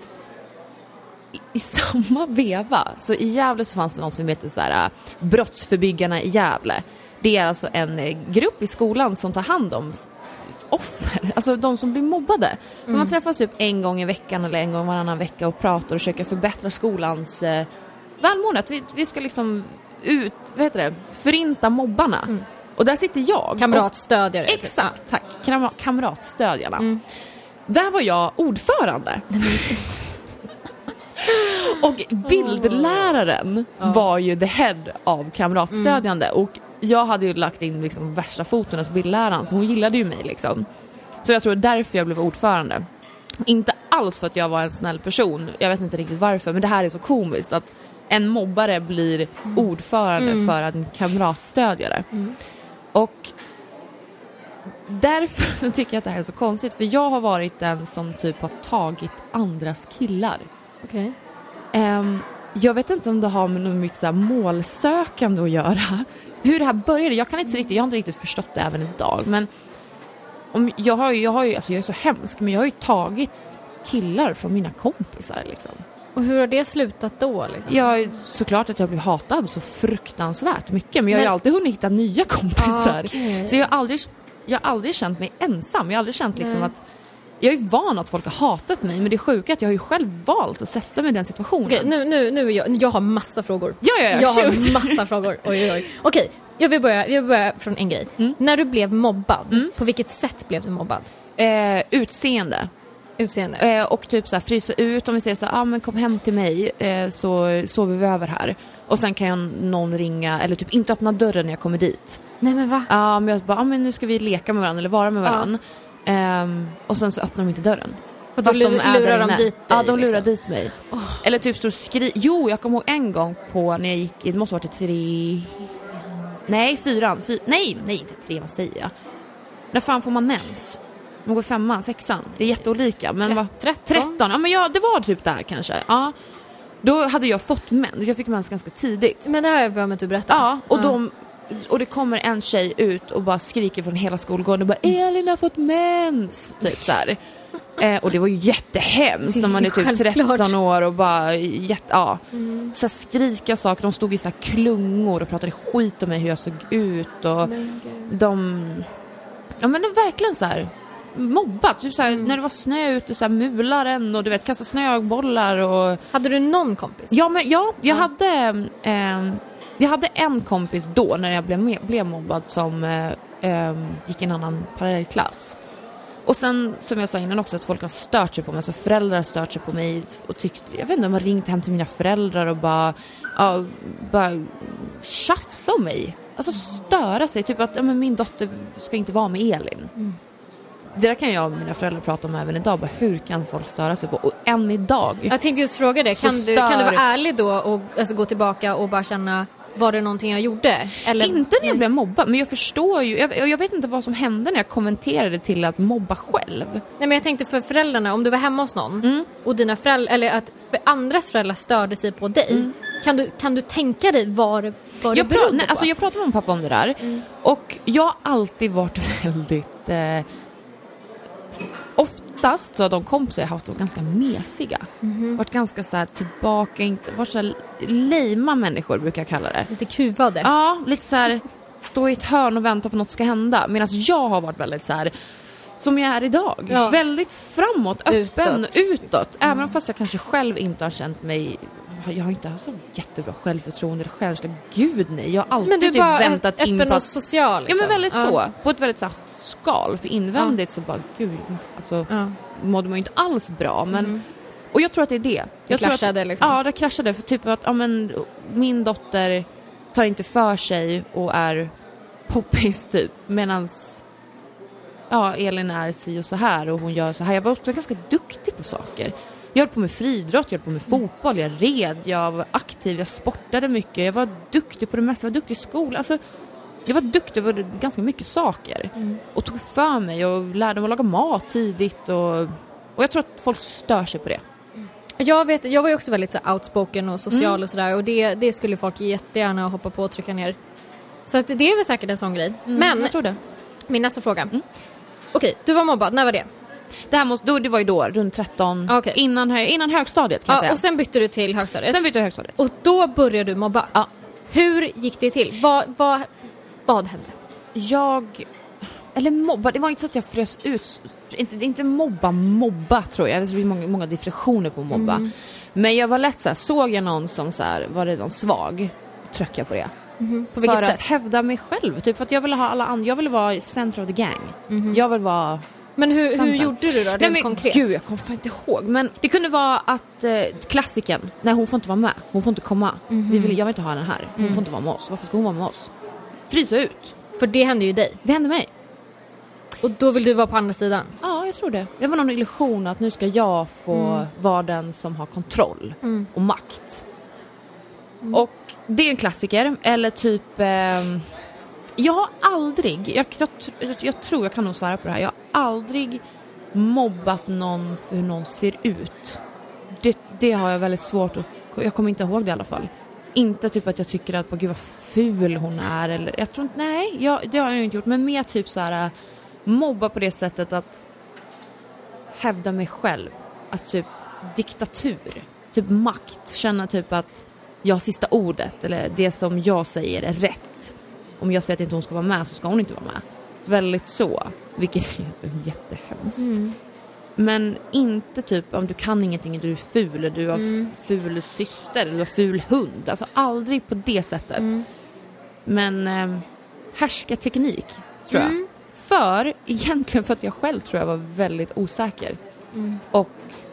I samma veva, så i Gävle så fanns det någon som heter så här, Brottsförbyggarna i Gävle. Det är alltså en grupp i skolan som tar hand om offer, alltså de som blir mobbade. Man träffas typ en gång i veckan eller en gång varannan vecka och pratar och försöker förbättra skolans välmående. Vi ska liksom förinta mobbarna. Och där sitter jag. Kamratstödjare. Exakt, tack. Kamratstödjarna. Där var jag ordförande. Och bildläraren var ju the head av kamratstödjande. Och jag hade ju lagt in liksom värsta foton hos bildläraren, så hon gillade ju mig liksom. Så jag tror därför jag blev ordförande. Inte alls för att jag var en snäll person. Jag vet inte riktigt varför, men det här är så komiskt att en mobbare blir ordförande för en kamratstödjare. Och därför tycker jag att det här är så konstigt, för jag har varit den som typ har tagit andras killar. Okej. Jag vet inte om det har med mitt så här målsökande att göra. Hur det här började, jag har inte riktigt förstått det även idag. Men jag har ju, alltså jag är så hemsk, men jag har ju tagit killar från mina kompisar liksom. Och hur har det slutat då? Liksom? Såklart att jag blev hatad så fruktansvärt mycket. Men jag har ju alltid hunnit hitta nya kompisar. Okay. Så jag har aldrig känt mig ensam. Jag har aldrig känt liksom att... Jag är ju van att folk har hatat mig, men det är sjukt att jag har ju själv valt att sätta mig i den situationen. Okej, nu jag har massa frågor. Ja, jag har massa frågor. Oj. Okej, jag vill börja från en grej. När du blev mobbad, på vilket sätt blev du mobbad? Utseende. Och typ så här, frysa ut om vi säger så här, men kom hem till mig så sover vi över här. Och sen kan någon ringa eller typ inte öppna dörren när jag kommer dit. Nej men va? Ja, men jag bara, men nu ska vi leka med varandra eller vara med varandra. Och sen så öppnar de inte dörren. Och då lurar de dit dig? Ja, de lurar liksom. dit mig. Eller typ står och Jo, jag kommer ihåg en gång på när jag gick, det måste ha varit 3... Nej, 4. Nej, inte 3, vad säger jag? När fan får man mens? Man går 5, 6. Det är jätteolika. Men 13? Ja, men det var typ där kanske. Ja. Då hade jag fått mens. Jag fick mens ganska tidigt. Men det har jag med att du berättade. Ja, och det kommer en tjej ut och bara skriker från hela skolgården och bara Elin har fått mens. Typ så här. Och det var ju jättehemskt när man är typ 13 år och bara så här skrika saker. De stod i så här klungor och pratade skit om mig hur jag såg ut och men det är verkligen så här mobbat typ så här, när det var snö ute så här mularen och du vet kasta snöbollar och hade du någon kompis? Jag hade en kompis då när jag blev mobbad som gick i en annan parallellklass. Och sen, som jag sa innan också, att folk har stört sig på mig. Så föräldrar har stört sig på mig och tyckte, jag vet inte, de har ringt hem till mina föräldrar och bara tjafsa om mig. Alltså störa sig, typ att men min dotter ska inte vara med Elin. Det där kan jag och mina föräldrar prata om även idag. Bara, hur kan folk störa sig på? Och än idag. Jag tänkte just fråga det. Kan du vara ärlig då och alltså, gå tillbaka och bara känna, var det någonting jag gjorde? Eller? Inte när jag blev mobbad, men jag förstår ju. Jag vet inte vad som hände när jag kommenterade till att mobba själv. Nej, men jag tänkte för föräldrarna, om du var hemma hos någon och dina föräldrar, eller att för andras föräldrar störde sig på dig. Kan du tänka dig vad det berodde på? Alltså jag pratade med min pappa om det där. Och jag har alltid varit väldigt... oftast så har de kompisar jag haft varit ganska mesiga. Varit ganska så här tillbaka, inte varit så här lejma människor brukar jag kalla det. Lite kuvade. Ja, lite så här stå i ett hörn och vänta på något ska hända. Medan jag har varit väldigt så här som jag är idag. Ja. Väldigt framåt, öppen, utåt. Även fast jag kanske själv inte har känt mig... Jag har inte haft så jättebra självförtroende eller självkänsla. Gud nej, jag har alltid typ väntat in på... öppen och social liksom. Ja, men väldigt så. På ett väldigt så här skal. För invändigt så bara, gud, alltså mådde man ju inte alls bra. Men, och jag tror att det är det. Det kraschade liksom. Ja, det kraschade. För typ att min dotter tar inte för sig och är poppis typ. Medans Elin är si och så här och hon gör så här. Jag var också ganska duktig på saker. Jag höll på med friidrott, jag höll på med fotboll, jag red, jag var aktiv, jag sportade mycket. Jag var duktig på det mesta, jag var duktig i skolan. Alltså, jag var duktig på ganska mycket saker. Och tog för mig och lärde mig att laga mat tidigt. Och jag tror att folk stör sig på det. Jag var ju också väldigt så outspoken och social och sådär. Och det skulle folk jättegärna hoppa på och trycka ner. Så att det är väl säkert en sån grej. Men jag tror det. Min nästa fråga. Okej, du var mobbad, när var det? Det var ju då, runt 13, innan högstadiet kan jag säga. Och sen bytte du till högstadiet? Sen bytte jag högstadiet. Och då började du mobba? Ja. Hur gick det till? Vad hände? Mobba, det var inte så att jag frös ut. Inte mobba tror jag. Det finns många definitioner på mobba. Men jag var lätt så här, såg jag någon som så här, var redan svag, tryckte jag på det. På vilket för sätt? Att hävda mig själv. Typ för att jag ville ha alla andra. Jag ville vara center of the gang. Jag vill vara... Men hur gjorde du då? Nej, men konkret? Gud, jag kommer fan inte ihåg. Men det kunde vara att klassiken, nej hon får inte vara med. Hon får inte komma. Jag vill inte ha henne här. Hon får inte vara med oss. Varför ska hon vara med oss? Frysa ut. För det hände ju dig. Det hände mig. Och då vill du vara på andra sidan? Ja, jag tror det. Det var någon illusion att nu ska jag få vara den som har kontroll och makt. Och det är en klassiker. Eller typ... jag har aldrig... Jag tror jag kan nog svara på det här. Jag har aldrig mobbat någon för hur någon ser ut. Det har jag väldigt svårt att... Jag kommer inte ihåg det i alla fall. Inte typ att jag tycker att gud vad ful hon är. Eller, jag tror inte... Nej, det har jag inte gjort. Men mer typ så här... Mobba på det sättet att hävda mig själv. Alltså typ diktatur. typ makt, känna typ att jag har sista ordet eller det som jag säger är rätt. Om jag säger att inte hon ska vara med så ska hon inte vara med. Väldigt så, vilket är jättehemskt. Men inte typ om du kan ingenting, du är ful, du har ful syster, du har ful hund. Alltså aldrig på det sättet. Men härskarteknik tror jag. Egentligen för att jag själv tror jag var väldigt osäker. Och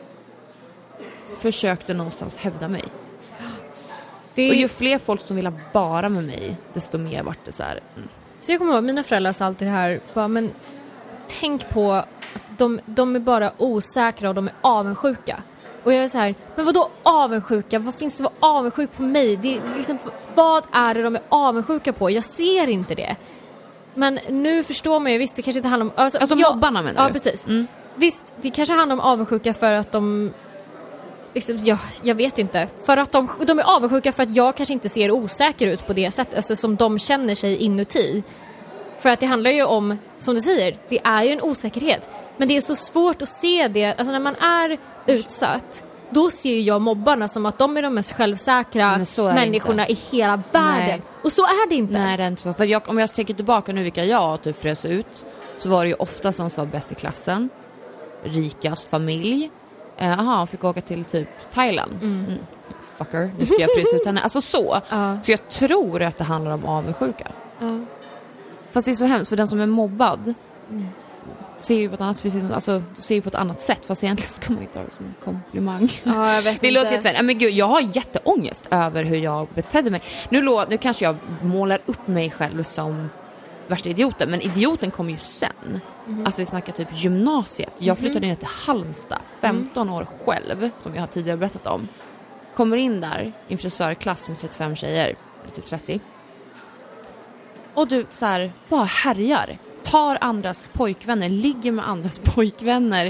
försökte någonstans hävda mig. Och ju fler folk som vill ha bara med mig, desto mer vart det så här. Så jag kommer ihåg, mina föräldrar sa alltid det här, bara, men tänk på att de är bara osäkra och de är avundsjuka. Och jag är så här, men vadå avundsjuka? Vad finns det för avundsjuk på mig? Det är liksom, vad är det de är avundsjuka på? Jag ser inte det. Men nu förstår man ju, visst det kanske inte handlar om... Alltså mobbarna menar du? Ja, precis. Visst, det kanske handlar om avundsjuka för att de... Liksom, jag vet inte. För att de är avundsjuka för att jag kanske inte ser osäker ut på det sättet. Alltså som de känner sig inuti. För att det handlar ju om, som du säger, det är ju en osäkerhet. Men det är så svårt att se det. Alltså när man är utsatt, då ser ju jag mobbarna som att de är de mest självsäkra människorna i hela världen. Nej. Och så är det inte. Nej, det är inte så. För om jag tänker tillbaka nu vilka jag typ frös ut, så var det ju ofta som var bäst i klassen. Rikast familj. Fick åka till typ Thailand. Fucker, nu ska jag frysa ut henne. Alltså så. Så jag tror att det handlar om avundsjuka. Fast det är så hemskt, för den som är mobbad ser ju på ett annat, precis, alltså, ser ju på ett annat sätt. Fast egentligen ska man inte ha det som en komplimang. Ja, jag vet det inte. Låter jättefint. Men gud, jag har jätteångest över hur jag betedde mig. Nu kanske jag målar upp mig själv som värsta idioten. Men idioten kom ju sen. Alltså vi snackar typ gymnasiet. Jag flyttade ner till Halmstad, 15 år själv, som jag har tidigare berättat om. Kommer in där i en frisörklass med 35 tjejer, eller typ 30. Och du så här bara härjar. Tar andras pojkvänner, ligger med andras pojkvänner.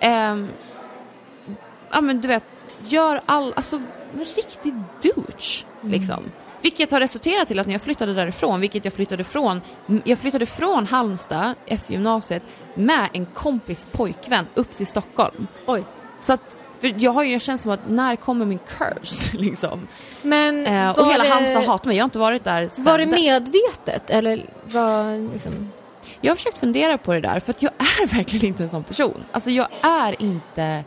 Ja men du vet, gör alltså en riktig douche liksom. Vilket har resulterat till att när jag flyttade därifrån, jag flyttade från Halmstad efter gymnasiet med en kompis pojkvän upp till Stockholm. Oj. Så att, för jag har ju känt som att när kommer min curse liksom. Men och hela Halmstad hatar mig. Jag har inte varit där sedan var det dess. Medvetet eller var liksom... Jag har försökt fundera på det där, för att jag är verkligen inte en sån person. Alltså jag är inte...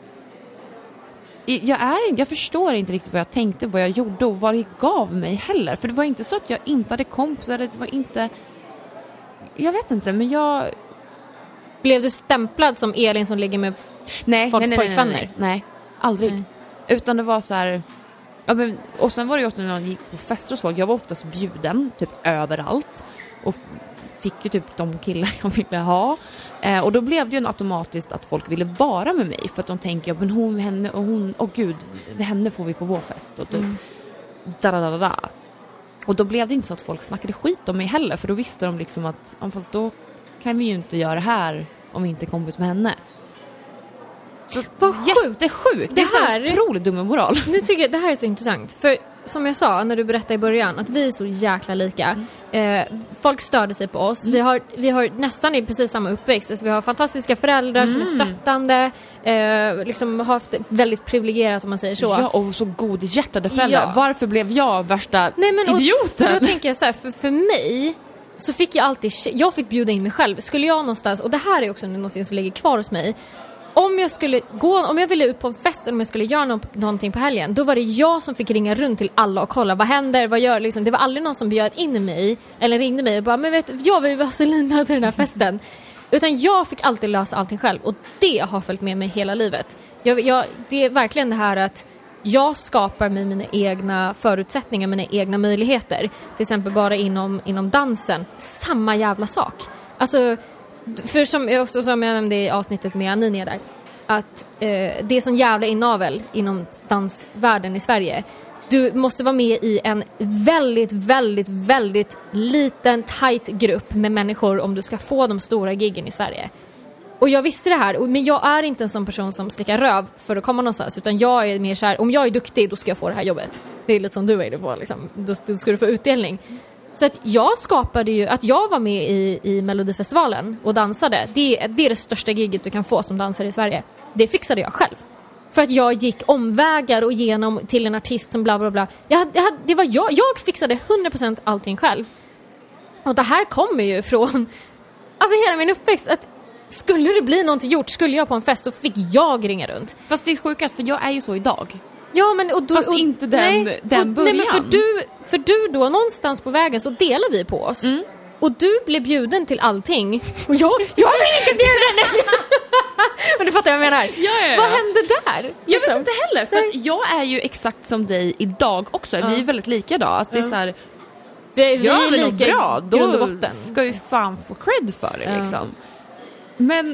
Jag förstår inte riktigt vad jag tänkte, vad jag gjorde och vad det gav mig heller. För det var inte så att jag inte hade kompisar, det var inte... Jag vet inte, men jag... Blev du stämplad som Elin som ligger med folks pojkvänner? Nej, aldrig. Nej. Utan det var så här... Ja, men, och sen var det ju också när man gick på fester och så. Jag var oftast bjuden, typ överallt. Och fick ju typ de killar jag ville ha. Och då blev det ju automatiskt att folk ville vara med mig. För att de tänker, men henne får vi på vår fest. Och typ, Och då blev det inte så att folk snackade skit om mig heller. För då visste de liksom att, fast då kan vi ju inte göra det här om vi inte är kompis med henne. Så vad jättesjukt. Det är så otroligt dum moral. Nu tycker jag det här är så intressant. För som jag sa när du berättade i början, att vi är så jäkla lika. Folk störde sig på oss. Vi har nästan i precis samma uppväxt. Alltså, vi har fantastiska föräldrar som är stöttande. Liksom har haft väldigt privilegierat, om man säger så. Ja, och så godhjärtade föräldrar. Ja. Varför blev jag värsta idioten? Och då tänker jag så här, för mig så fick jag alltid... Jag fick bjuda in mig själv. Skulle jag någonstans... Och det här är också någonting som ligger kvar hos mig. Om jag ville ut på en fest, om jag skulle göra någonting på helgen, då var det jag som fick ringa runt till alla och kolla vad händer, vad gör liksom. Det var aldrig någon som bjöd in mig eller ringde mig och bara, men vet du, jag vill vara så linda till den här festen. Utan jag fick alltid lösa allting själv, och det har följt med mig hela livet. Det är verkligen det här att jag skapar mig mina egna förutsättningar, mina egna möjligheter. Till exempel bara inom dansen, samma jävla sak. Alltså, för som jag nämnde i avsnittet med Aninia där, att det är sån jävla inavel inom dansvärlden i Sverige. Du måste vara med i en väldigt, väldigt, väldigt liten, tight grupp med människor om du ska få de stora giggen i Sverige. Och jag visste det här, men jag är inte en sån person som slickar röv för att komma någonstans, utan jag är mer så här, om jag är duktig, då ska jag få det här jobbet. Det är lite som du är det på liksom. Då ska du få utdelning. Så att jag skapade ju, att jag var med i Melodifestivalen och dansade. Det är det största gigget du kan få som dansare i Sverige. Det fixade jag själv. För att jag gick omvägar och igenom till en artist som bla bla bla. Det var jag fixade 100% allting själv. Och det här kommer ju från alltså hela min uppväxt. Att skulle det bli någonting gjort, skulle jag på en fest, så fick jag ringa runt. Fast det är sjukast, för jag är ju så idag. Ja, men fast inte den början. Nej, men för du då, någonstans på vägen så delar vi på oss. Och du blev bjuden till allting. Och jag blev inte bjuden. Men du fattar vad jag menar. Ja. Vad hände där? Jag vet inte heller. För att jag är ju exakt som dig idag också. Vi är väldigt lika idag. Alltså det är så här, vi är lika bra. Grund och botten. Då ska ju fan få cred för det liksom. Men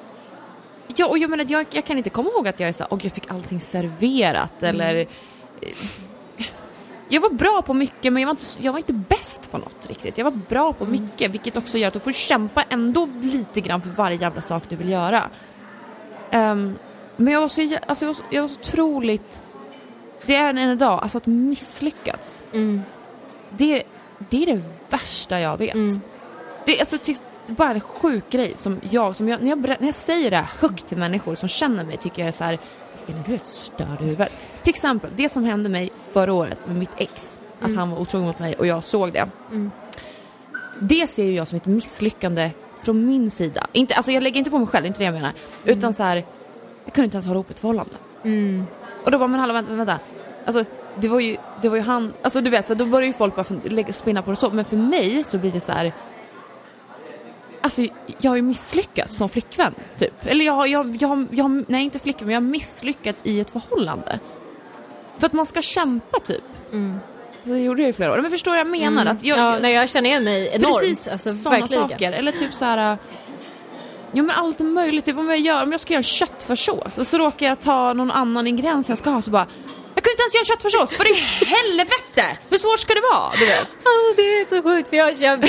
och jag menar, jag kan inte komma ihåg att jag är så här, och jag fick allting serverat eller jag var bra på mycket, men jag var inte bäst på något riktigt. Jag var bra på mycket, vilket också gör att du får kämpa ändå lite grann för varje jävla sak du vill göra. Men jag var så otroligt, det är en dag, alltså att misslyckats. Det är det värsta jag vet. Det är alltså bara en sjuk grej som jag när jag säger det här högt till människor som känner mig, tycker jag är så här, är du ett störd i huvudet? Till exempel det som hände mig förra året med mitt ex, att han var otrogen mot mig och jag såg det. Det ser ju jag som ett misslyckande från min sida. Inte, alltså jag lägger inte på mig själv, inte det jag menar, utan så här, jag kunde inte ens ha ihop ett förhållande. Och då bara, men hallå, vänta. Alltså det var ju han, alltså du vet, så då börjar ju folk bara spinna på det så, men för mig så blir det så här, alltså jag har ju misslyckats som flickvän typ. Eller jag nej, inte flickvän, men jag har misslyckats i ett förhållande. För att man ska kämpa typ. Det gjorde jag i flera år. Men förstår jag menar att jag känner igen mig enormt. Precis, alltså, sådana verkligen. saker. Eller typ så här, ja men allt är möjligt. Typ om jag ska göra köttfärssås och så råkar jag ta någon annan ingrediens jag ska ha, så bara, jag kunde inte ens göra köttfärssås, för i helvete! Hur svårt ska det vara, du vet? Alltså, det är så sjukt, för jag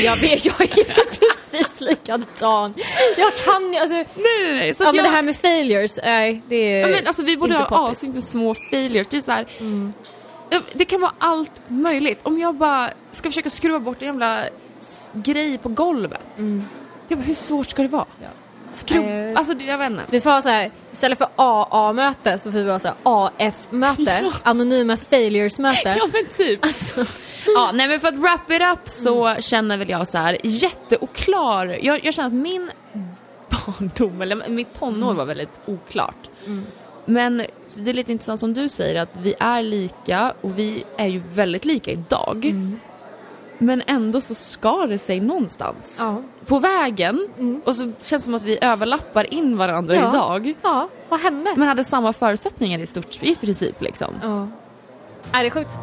är precis likadan. Jag kan alltså, nej, så men det här med failures, det är, ja, men alltså vi borde ha små failures. Det är så här, det kan vara allt möjligt. Om jag bara ska försöka skruva bort en jävla grej på golvet. Jag bara, hur svårt ska det vara? Ja. Alltså jag vet inte. Vi får ha så här, istället för AA-möte så får vi ha så här AF-möte, anonyma failures-möte. Ja men typ. Alltså. Ja, nej men för att wrap it up så känner väl jag så här, jätteoklar. Jag känner att min barndom eller mitt tonår var väldigt oklart. Men det är lite intressant som du säger, att vi är lika och vi är ju väldigt lika idag. Men ändå så skar det sig någonstans på vägen. Och så känns det som att vi överlappar in varandra idag. Ja, vad hände? Men hade samma förutsättningar i stort, i princip liksom. Ja. Är det sjukt?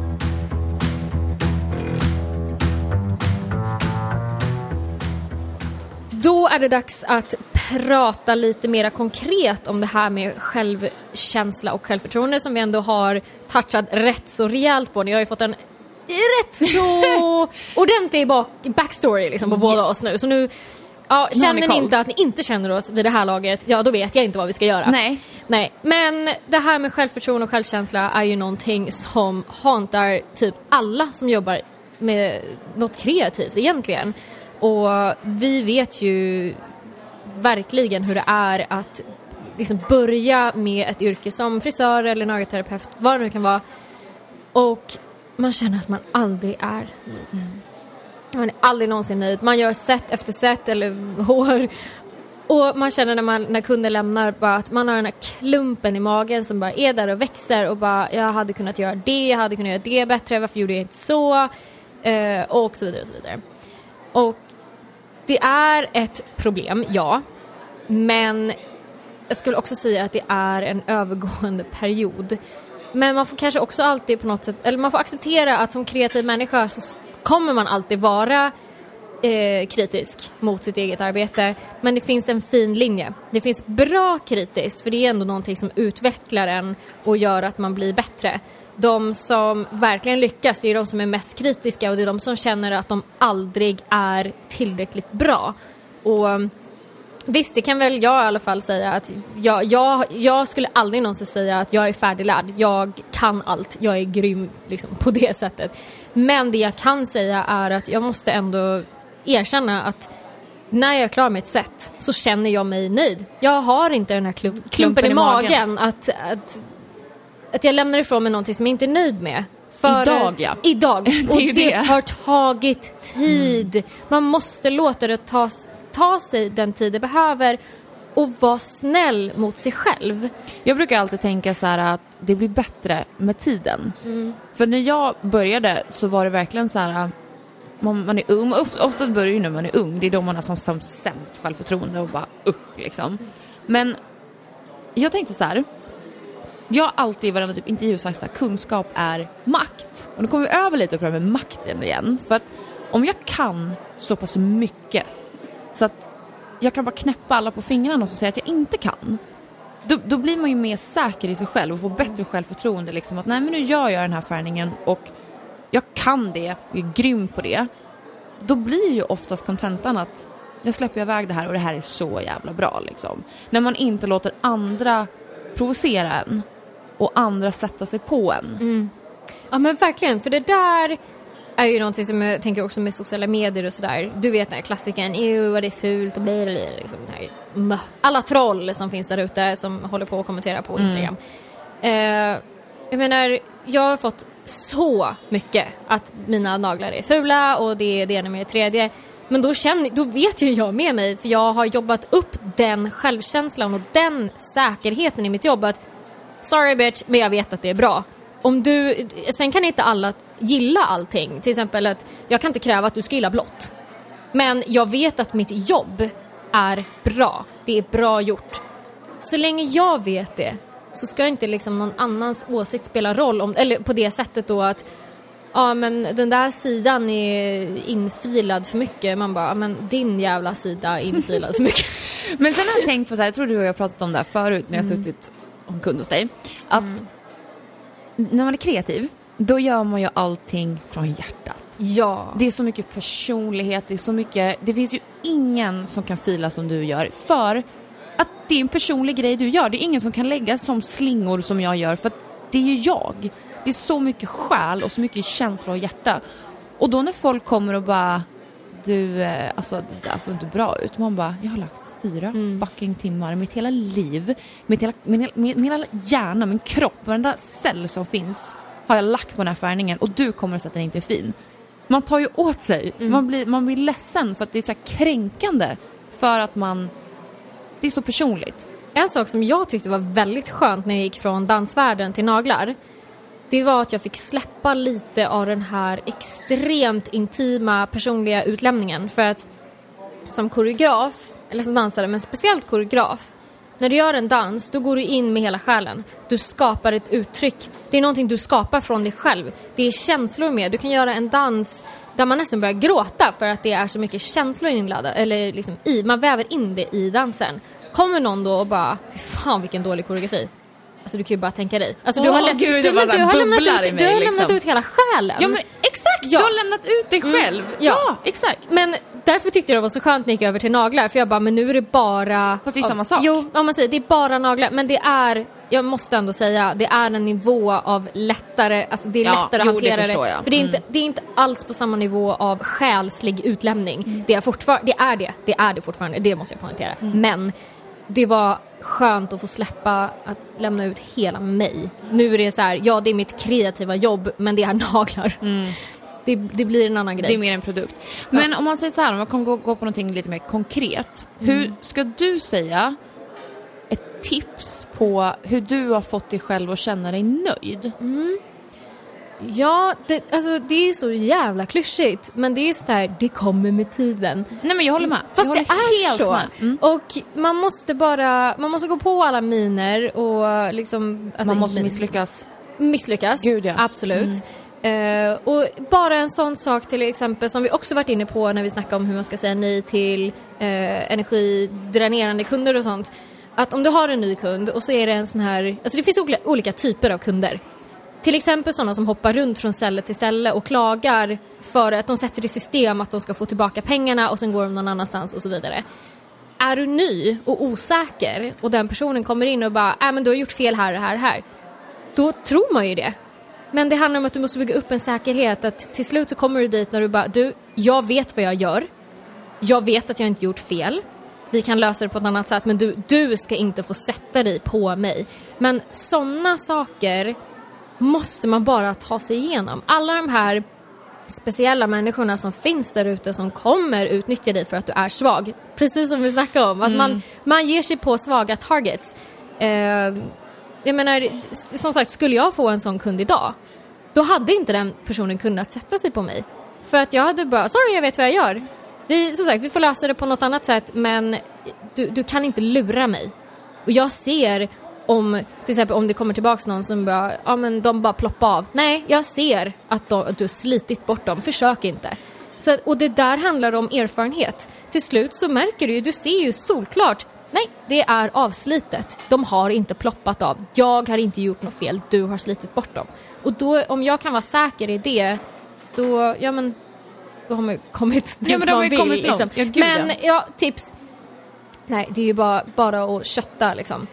Då är det dags att prata lite mer konkret om det här med självkänsla och självförtroende som vi ändå har touchat rätt så rejält på. Ni har ju fått en rätt så ordentlig backstory liksom på båda oss nu. Så nu känner ni inte att ni inte känner oss vid det här laget, då vet jag inte vad vi ska göra. Nej. Men det här med självförtroende och självkänsla är ju någonting som hauntar typ alla som jobbar med något kreativt egentligen. Och vi vet ju verkligen hur det är att liksom börja med ett yrke som frisör eller nagelterapeut, vad det nu kan vara. Och man känner att man aldrig är nöjd. Man är aldrig någonsin nöjd. Man gör set efter set eller hår. Och man känner när kunder lämnar bara att man har den här klumpen i magen som bara är där och växer. Och bara, jag hade kunnat göra det, jag hade kunnat göra det bättre. Varför gjorde jag inte så? Och så vidare och så vidare. Och det är ett problem, ja. Men jag skulle också säga att det är en övergående period. Men man får kanske också alltid på något sätt, eller man får acceptera att som kreativ människa så kommer man alltid vara kritisk mot sitt eget arbete. Men det finns en fin linje. Det finns bra kritiskt, för det är ändå någonting som utvecklar en och gör att man blir bättre. De som verkligen lyckas, det är de som är mest kritiska, och det är de som känner att de aldrig är tillräckligt bra. Och visst, det kan väl jag i alla fall säga att jag skulle aldrig någonsin säga att jag är färdiglärd. Jag kan allt, jag är grym liksom, på det sättet. Men det jag kan säga är att jag måste ändå erkänna att när jag är klar med ett set så känner jag mig nöjd. Jag har inte den här klumpen i magen att jag lämnar ifrån mig någonting som jag inte är nöjd med. Idag. Och det har tagit tid. Man måste låta det ta sig den tid det behöver och vara snäll mot sig själv. Jag brukar alltid tänka så här att det blir bättre med tiden. För när jag började så var det verkligen så här, man är ung, ofta börjar ju när man är ung, det är då man har som sämst självförtroende och bara liksom. Men jag tänkte så här, jag har alltid i varandra typ intervju sagt att kunskap är makt. Och nu kommer vi över lite på det här med makten igen. För att om jag kan så pass mycket så att jag kan bara knäppa alla på fingrarna och säga att jag inte kan, då blir man ju mer säker i sig själv och får bättre självförtroende liksom, att nej, men nu gör jag den här färgningen och jag kan det, jag är grym på det. Då blir ju oftast kontentan att jag släpper iväg det här och det här är så jävla bra liksom. När man inte låter andra provocera en och andra sätta sig på en. Ja men verkligen, för det där är ju någonting som jag tänker också med sociala medier och sådär. Du vet den här klassikern, vad det är fult och blir det liksom här, alla troll som finns där ute som håller på att kommentera på Instagram. Jag menar, jag har fått så mycket att mina naglar är fula och det är det ena med det tredje. Men då vet ju jag med mig, för jag har jobbat upp den självkänslan och den säkerheten i mitt jobb att sorry bitch, men jag vet att det är bra. Sen kan inte alla gilla allting. Till exempel att jag kan inte kräva att du ska gilla blått. Men jag vet att mitt jobb är bra. Det är bra gjort. Så länge jag vet det så ska inte liksom någon annans åsikt spela roll eller på det sättet då att men den där sidan är infilad för mycket. Man bara, men din jävla sida är infilad för mycket. Men sen har jag tänkt på så här, jag tror du och jag har pratat om det här förut när jag suttit om kund hos dig, att när man är kreativ, då gör man ju allting från hjärtat. Ja. Det är så mycket personlighet, det är så mycket, det finns ju ingen som kan fila som du gör, för att det är en personlig grej du gör. Det är ingen som kan lägga som slingor som jag gör, för att det är ju jag. Det är så mycket själ och så mycket känsla och hjärta. Och då när folk kommer och bara, du, alltså det ser inte bra ut, man bara, jag har lagt 4 fucking timmar, mitt hela liv, min hela hjärna, min kropp, varenda cell som finns har jag lagt på den här färgningen, och du kommer att säga att den inte är fin. Man tar ju åt sig. Man blir ledsen för att det är så här kränkande, för att det är så personligt. En sak som jag tyckte var väldigt skönt när jag gick från dansvärlden till naglar, det var att jag fick släppa lite av den här extremt intima personliga utlämningen. För att som koreograf, eller som dansare, men speciellt koreograf, när du gör en dans, då går du in med hela själen. Du skapar ett uttryck. Det är någonting du skapar från dig själv. Det är känslor med. Du kan göra en dans där man nästan börjar gråta för att det är så mycket känslor inladdade, eller liksom man väver in det i dansen. Kommer någon då och bara, fan vilken dålig koreografi. Alltså du kan ju bara tänka dig. Alltså, du har lämnat ut hela själen. Ja men exakt, du har lämnat ut dig själv. Ja, exakt. Men därför tyckte jag det var så skönt när jag gick över till naglar. För jag bara, men nu är det bara... Fast det är samma sak. Jo, om man säger, det är bara naglar. Men det är, jag måste ändå säga, det är en nivå av lättare... Alltså det är lättare att hantera det. För det är inte alls på samma nivå av själslig utlämning. Det är fortfarande, det måste jag poängtera. Men det var skönt att få släppa att lämna ut hela mig. Nu är det så här, ja det är mitt kreativa jobb, men det är naglar. Det blir en annan grej. Det är mer en produkt. Men om man säger så här, om man kan gå på någonting lite mer konkret. Hur ska du säga ett tips på hur du har fått dig själv att känna dig nöjd? Ja, det är så jävla klyschigt. Men det är så där, det kommer med tiden. Nej men jag håller med. Fast det är helt så. Och man måste gå på alla miner och liksom... Alltså, man måste misslyckas. Gud, ja. Absolut. Och bara en sån sak till exempel som vi också varit inne på när vi snackade om hur man ska säga nej till energidränerande kunder och sånt. Att om du har en ny kund och så är det en sån här... Alltså det finns olika typer av kunder. Till exempel sådana som hoppar runt från ställe till ställe och klagar för att de sätter i system att de ska få tillbaka pengarna och sen går de någon annanstans och så vidare. Är du ny och osäker och den personen kommer in och bara men du har gjort fel här och här och här. Då tror man ju det. Men det handlar om att du måste bygga upp en säkerhet, att till slut så kommer du dit när du bara, jag vet vad jag gör. jag vet att jag inte gjort fel. Vi kan lösa det på ett annat sätt, men du ska inte få sätta dig på mig. Men sådana saker måste man bara ta sig igenom. Alla de här speciella människorna som finns där ute som kommer utnyttja dig för att du är svag. Precis som vi snackade om. Att man ger sig på svaga targets. Jag menar, som sagt, skulle jag få en sån kund idag, då hade inte den personen kunnat sätta sig på mig. För att jag hade bara, sorry, jag vet vad jag gör. Som sagt, vi får lösa det på något annat sätt, men du kan inte lura mig. Och jag ser till exempel om det kommer tillbaka någon som bara, ja men de bara ploppar av. Nej, jag ser att du har slitit bort dem. Försök inte. Och det där handlar om erfarenhet. Till slut så märker du ser ju solklart, nej, det är avslitet. De har inte ploppat av. Jag har inte gjort något fel. Du har slitit bort dem. Och då, om jag kan vara säker i det, då har man ju kommit till men de har ju kommit liksom. Men tips. Nej, det är ju bara att kötta liksom.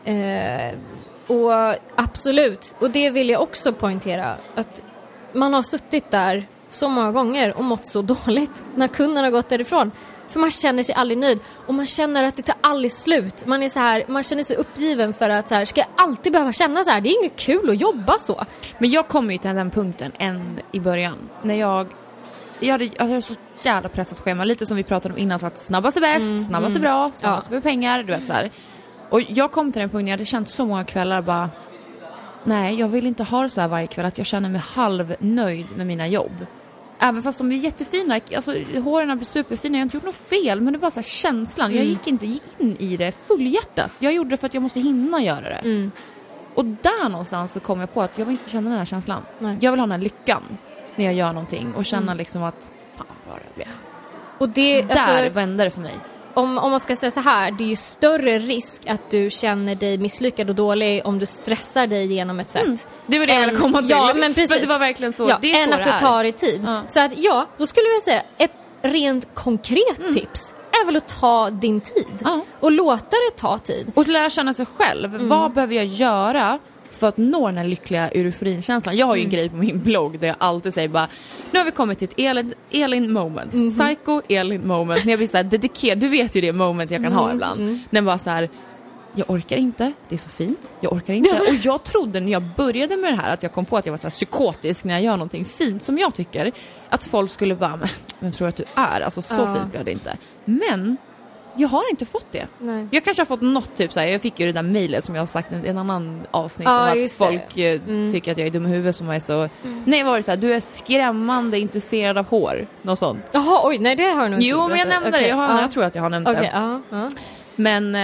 Och absolut. Och det vill jag också poängtera, att man har suttit där så många gånger och mått så dåligt när kunden har gått därifrån. För man känner sig aldrig nöjd. Och man känner att det tar aldrig slut. Man är så här, man känner sig uppgiven för att så här, ska jag alltid behöva känna så här? Det är inget kul att jobba så. Men jag kom ju till den punkten än i början. När jag hade så jävla pressat schema. Lite som vi pratade om innan. Så att snabbast är bäst, snabbast är bra, snabbast är pengar. Du vet så här. Och jag kom till den punkten, jag hade känt så många kvällar bara, nej, jag vill inte ha det så här varje kväll, att jag känner mig halvnöjd med mina jobb. Även fast de är jättefina, alltså håren blir superfina, jag har inte gjort något fel, men det var så här känslan. Jag gick inte in i det fullhjärtat. Jag gjorde det för att jag måste hinna göra det. Och där någonstans så kom jag på att jag vill inte känna den här känslan. Nej. Jag vill ha den här lyckan när jag gör någonting och känna liksom att, fan vad det blir. Och det, där vände det för mig. Om man ska säga så här, det är ju större risk att du känner dig misslyckad och dålig om du stressar dig genom ett sätt. Det var det jag ville komma till. Ja, men precis. För det var verkligen så. Det är än så att du tar i tid. Så att då skulle jag säga ett rent konkret tips är väl att ta din tid. Och låta det ta tid. Och lära känna sig själv. Vad behöver jag göra för att nå den här lyckliga euforinkänslan? Jag har ju en grej på min blogg där jag alltid säger bara, nu har vi kommit till ett Elin moment. Psycho Elin moment. När jag blir så här dedikerad, du vet ju det moment jag kan ha ibland. När jag bara så här, jag orkar inte, det är så fint, jag orkar inte. Och jag trodde när jag började med det här att jag kom på att jag var så här psykotisk när jag gör någonting fint som jag tycker, att folk skulle bara, men tror att du är? Alltså så fint blev det inte. Men jag har inte fått det. Nej. Jag kanske har fått något typ så här, jag fick ju det där mejlet som jag har sagt i en annan avsnitt om att folk tycker att jag är dum i huvudet som är så. Nej, var det så här, du är skrämmande intresserad av hår, något sånt. Jaha, oj, nej det har jag nog inte. Jo, men jag nämnde det. Jag tror att jag har nämnt det. Men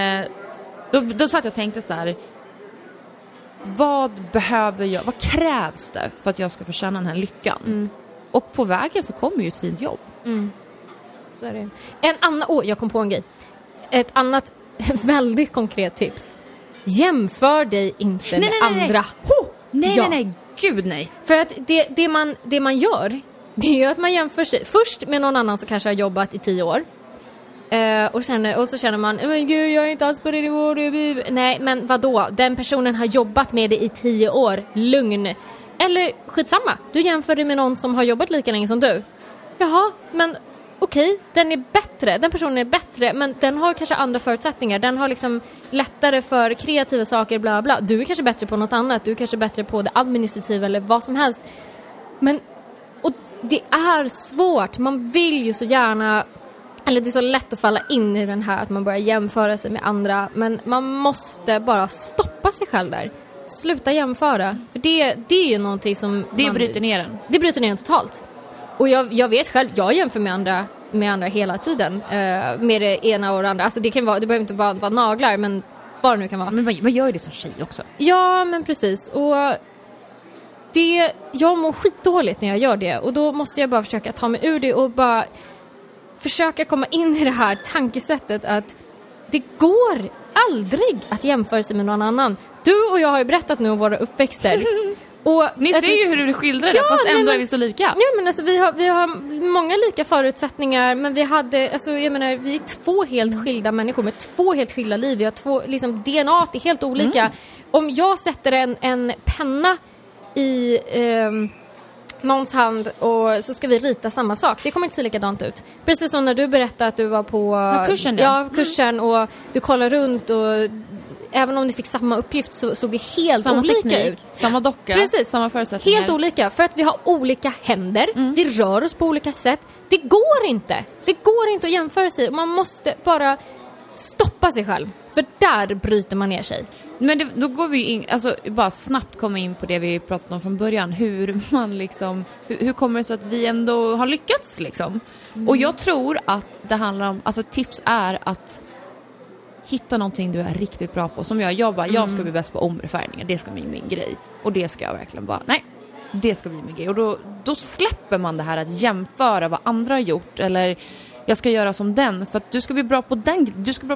då satt jag och tänkte så här, vad behöver jag, vad krävs det för att jag ska få känna den här lyckan? Och på vägen så kommer ju ett fint jobb. Så är det. En annan, jag kom på en grej. Ett annat väldigt konkret tips. Jämför dig inte med andra. Nej, gud nej. För att det man gör, det är ju att man jämför sig först med någon annan som kanske har jobbat i 10 år. Och så känner man, men gud, jag är inte alls på det nivå. Nej, men vadå? Den personen har jobbat med det i 10 år. Lugn. Eller skitsamma. Du jämför dig med någon som har jobbat lika länge som du. Jaha, men okej, den är bättre. Den personen är bättre, men den har kanske andra förutsättningar. Den har liksom lättare för kreativa saker, bla bla. Du är kanske bättre på något annat. Du är kanske bättre på det administrativa eller vad som helst. Men, och det är svårt. Man vill ju så gärna, eller det är så lätt att falla in i den här att man börjar jämföra sig med andra. Men man måste bara stoppa sig själv där. Sluta jämföra. För det är ju någonting som det bryter ner den. Det bryter ner den totalt. Och jag vet själv, jag jämför med andra hela tiden. Med det ena och det andra. Alltså det behöver inte vara naglar, men vad det nu kan vara. Men man gör ju det som tjej också. Ja, men precis. Och jag mår skitdåligt när jag gör det. Och då måste jag bara försöka ta mig ur det och bara försöka komma in i det här tankesättet att det går aldrig att jämföra sig med någon annan. Du och jag har ju berättat nu om våra uppväxter. Och ni ser ju hur du skildrar det, fast ändå är vi så lika. Ja, men alltså vi har många lika förutsättningar, men vi hade, alltså jag menar, vi är 2 helt skilda människor med 2 helt skilda liv. Vi har 2, liksom DNA är helt olika. Om jag sätter en penna någons hand och så ska vi rita samma sak. Det kommer inte se likadant ut. Precis som när du berättade att du var på kursen och du kollar runt och även om du fick samma uppgift så såg det helt samma olika teknik, ut. Samma docka, precis. Samma förutsättningar. Helt olika, för att vi har olika händer. Vi rör oss på olika sätt. Det går inte att jämföra sig. Man måste bara stoppa sig själv. För där bryter man ner sig. Men då går vi in, alltså bara snabbt komma in på det vi pratade om från början. Hur man liksom, hur kommer det sig att vi ändå har lyckats liksom? Och jag tror att det handlar om, alltså tips är att hitta någonting du är riktigt bra på. Som jag ska bli bäst på omfärgningar. Det ska bli min grej. Och det ska jag verkligen bara, nej, det ska bli min grej. Och då släpper man det här att jämföra vad andra har gjort. Eller jag ska göra som den. För att du ska bli bra på den. Du ska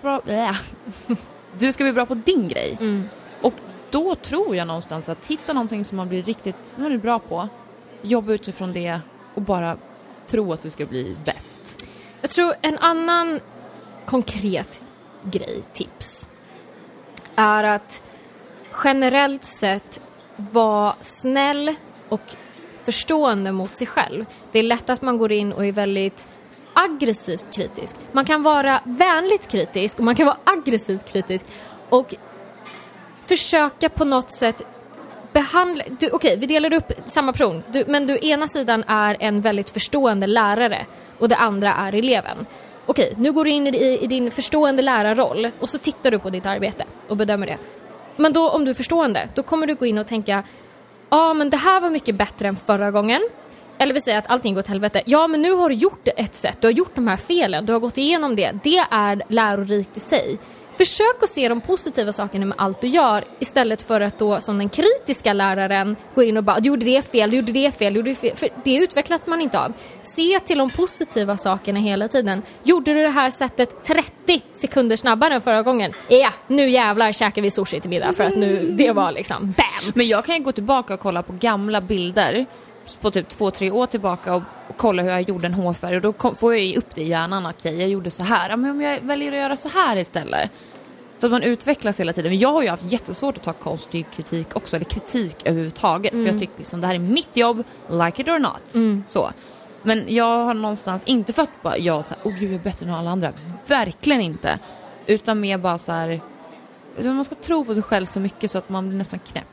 bli bra på din grej. Och då tror jag någonstans att hitta någonting som man blir bra på. Jobba utifrån det. Och bara tro att du ska bli bäst. Jag tror en annan konkret tips är att generellt sett vara snäll och förstående mot sig själv. Det är lätt att man går in och är väldigt aggressivt kritisk. Man kan vara vänligt kritisk och man kan vara aggressivt kritisk och försöka på något sätt behandla... Okej, vi delar upp samma person. Men ena sidan är en väldigt förstående lärare och det andra är eleven. Okej, nu går du in i din förstående lärarroll och så tittar du på ditt arbete och bedömer det. Men då, om du är förstående, då kommer du gå in och tänka men det här var mycket bättre än förra gången. Eller vi säger att allting går åt helvete. Ja, men nu har du gjort ett sätt. Du har gjort de här felen. Du har gått igenom det. Det är lärorikt i sig. Försök att se de positiva sakerna med allt du gör istället för att då som den kritiska läraren gå in och bara, du gjorde det fel. För det utvecklas man inte av. Se till de positiva sakerna hela tiden. Gjorde du det här sättet 30 sekunder snabbare än förra gången? Ja, nu jävlar käkar vi sushi till middag för att nu, det var liksom bam. Men jag kan ju gå tillbaka och kolla på gamla bilder på typ 2-3 år tillbaka och kolla hur jag gjorde en hårfärg och då får jag ju upp det i hjärnan. Okej, jag gjorde så här. Men om jag väljer att göra så här istället. Så att man utvecklas hela tiden. Men jag har ju haft jättesvårt att ta konstruktiv kritik också. Eller kritik överhuvudtaget. För jag tycker liksom, det här är mitt jobb. Like it or not. Så. Men jag har någonstans inte för att bara, jag är bättre än alla andra. Verkligen inte. Utan mer bara så här. Man ska tro på sig själv så mycket så att man blir nästan knäpp.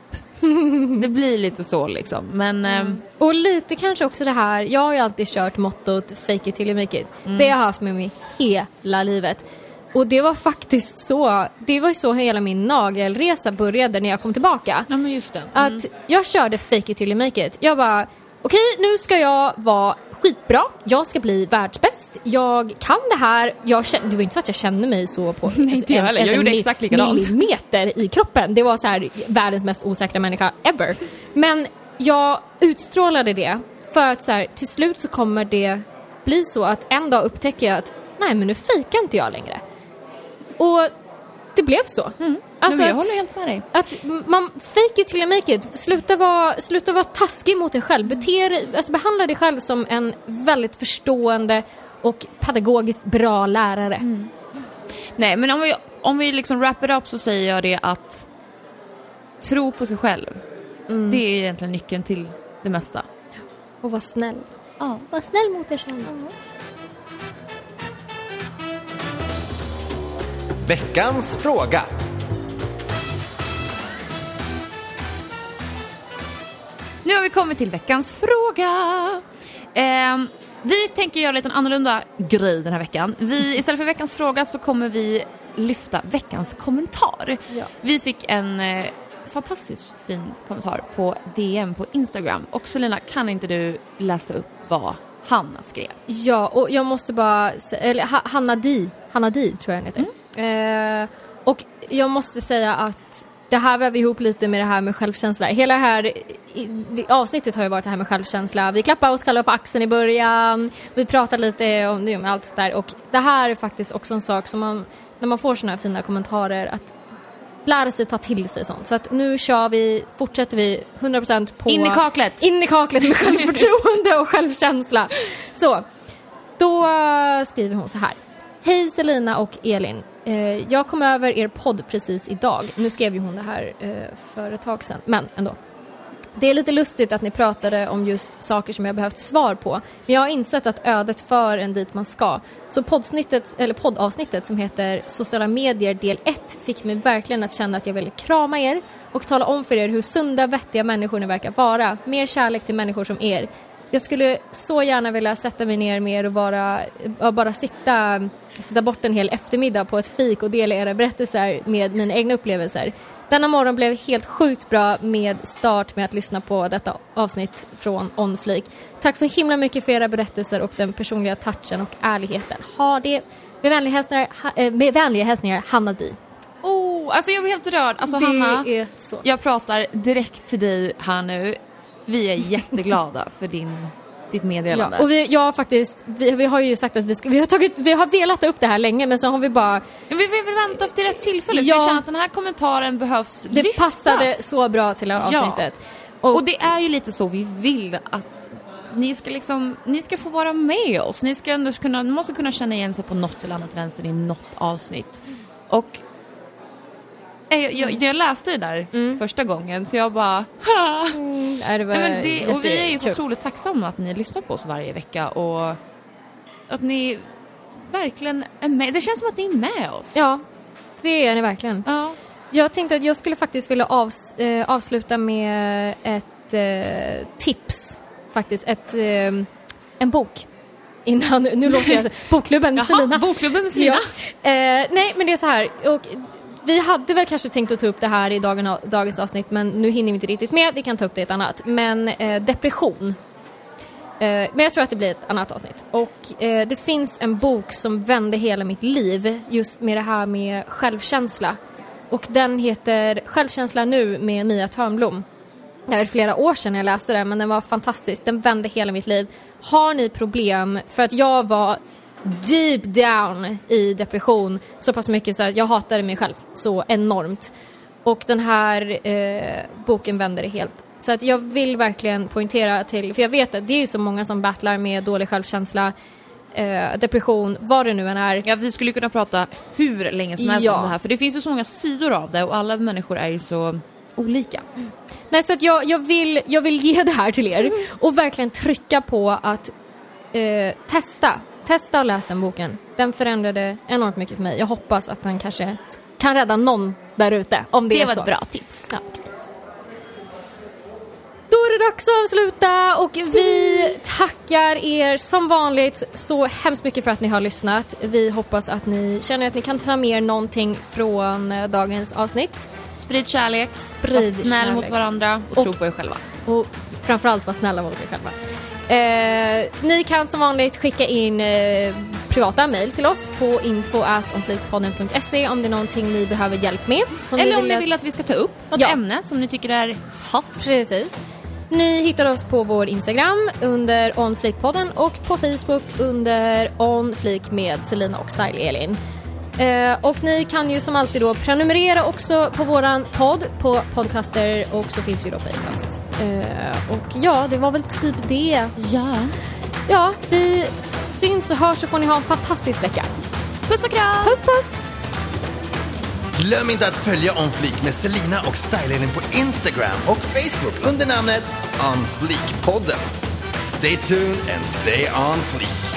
Det blir lite så liksom. Men, och lite kanske också det här. Jag har ju alltid kört mottot fake it till you make it. Det har jag haft med mig hela livet. Och det var faktiskt så. Det var ju så hela min nagelresa började när jag kom tillbaka. Ja, men just det. Att jag körde fake it till you make it. Jag bara, okej, nu ska jag vara skitbra. Jag ska bli världsbäst. Jag kan det här. Det var inte så att jag kände mig så på jag gjorde exakt likadant. Millimeter i kroppen. Det var så här världens mest osäkra människa ever. Men jag utstrålade det för att så här, till slut så kommer det bli så att en dag upptäcker jag att nej, men nu fejkar inte jag längre. Och det blev så. Alltså jag håller helt med dig. Att man fake it till you make it. Sluta vara taskig mot dig själv. Behandla dig själv som en väldigt förstående och pedagogiskt bra lärare. Nej, men om vi liksom wrap it up så säger jag det att tro på sig själv. Det är egentligen nyckeln till det mesta. Och var snäll. Ja. Var snäll mot dig själv. Veckans fråga. Nu har vi kommit till veckans fråga. Vi tänker göra lite en annorlunda grej den här veckan. Istället för veckans fråga så kommer vi lyfta veckans kommentar. Ja. Vi fick en fantastiskt fin kommentar på DM på Instagram. Och Selina, kan inte du läsa upp vad Hanna skrev? Ja, och jag måste bara... Eller Hanna Di tror jag den heter. Och jag måste säga att det här väver ihop lite med det här med självkänsla. Hela det här avsnittet har ju varit det här med självkänsla. Vi klappade oss själva på axeln i början. Vi pratade lite om allt där. Och det här är faktiskt också en sak som när man får såna här fina kommentarer, att lära sig ta till sig sånt. Så att nu fortsätter vi 100% på... In i kaklet med självförtroende och självkänsla. Så, då skriver hon så här. Hej Selina och Elin. Jag kom över er podd precis idag. Nu skrev ju hon det här för ett tag sedan, men ändå. Det är lite lustigt att ni pratade om just saker som jag behövt svar på. Men jag har insett att ödet för en dit man ska. Så poddavsnittet som heter Sociala medier del 1 fick mig verkligen att känna att jag ville krama er och tala om för er hur sunda, vettiga människor ni verkar vara. Mer kärlek till människor som er. Jag skulle så gärna vilja sätta mig ner med er och bara sitta bort en hel eftermiddag på ett fik och dela era berättelser med mina egna upplevelser. Denna morgon blev helt sjukt bra med start med att lyssna på detta avsnitt från On Fleek. Tack så himla mycket för era berättelser och den personliga touchen och ärligheten. Ha det. Med vänliga hälsningar, Hanna Di. Alltså jag blir helt rörd. Alltså det Hanna, är så. Jag pratar direkt till dig här nu. Vi är jätteglada för ditt meddelande. Ja, och vi har ju sagt att vi har velat ta upp det här länge, men så har vi bara... Vi vill vänta till rätt tillfälle. Ja, vi känner att den här kommentaren behövs det lyftas. Passade så bra till det här avsnittet. Ja. Och det är ju lite så vi vill att ni ska få vara med oss. Ni måste kunna känna igen sig på något eller annat vänster i något avsnitt. Och jag läste det där första gången, så jag bara och vi är ju så otroligt tacksamma att ni lyssnar på oss varje vecka och att ni verkligen är med. Det känns som att ni är med oss. Ja, det är ni verkligen. Ja. Jag tänkte att jag skulle faktiskt vilja avsluta med ett tips. Faktiskt en bok. Innan, nu låter jag Bokklubben med Selina. Bokklubben med Selina. Ja. Nej, men det är så här. Och vi hade väl kanske tänkt att ta upp det här i dagens avsnitt, men nu hinner vi inte riktigt med. Vi kan ta upp det i ett annat. Men depression. Men jag tror att det blir ett annat avsnitt. Och det finns en bok som vände hela mitt liv just med det här med självkänsla. Och den heter Självkänsla nu med Mia Törnblom. Det är flera år sedan jag läste den, men den var fantastisk. Den vände hela mitt liv. Har ni problem? För att jag var deep down i depression så pass mycket så att jag hatade mig själv så enormt. Och den här boken vänder det helt. Så att jag vill verkligen poängtera till, för jag vet att det är ju så många som battlar med dålig självkänsla, depression, vad det nu än är. Ja, vi skulle kunna prata hur länge som helst om det här, för det finns ju så många sidor av det och alla människor är ju så olika. Nej, så att jag vill ge det här till er och verkligen trycka på att testa och läs den boken. Den förändrade enormt mycket för mig. Jag hoppas att den kanske kan rädda någon där ute, om det är så. Det var ett bra tips. Ja. Då är det dags att avsluta och vi tackar er som vanligt så hemskt mycket för att ni har lyssnat. Vi hoppas att ni känner att ni kan ta med er någonting från dagens avsnitt. Sprid kärlek, var snäll mot varandra och tro på er själva. Och framförallt var snälla mot er själva. Ni kan som vanligt skicka in privata mejl till oss på info@onfleekpodden.se om det är någonting ni behöver hjälp med. Eller om ni vill att vi ska ta upp något ämne som ni tycker är hot. Precis. Ni hittar oss på vår Instagram under onfleekpodden och på Facebook under onfleek med Selina och Style Elin. Och ni kan ju som alltid då prenumerera också på våran podd på Podcaster, och så finns vi då på Acast. Och ja, det var väl typ det. Ja, vi syns och hörs, så får ni ha en fantastisk vecka. Puss och kram! Puss, puss! Glöm inte att följa On Fleek med Selina och Style Elin på Instagram och Facebook under namnet On Fleek-podden. Stay tuned and stay on fleek.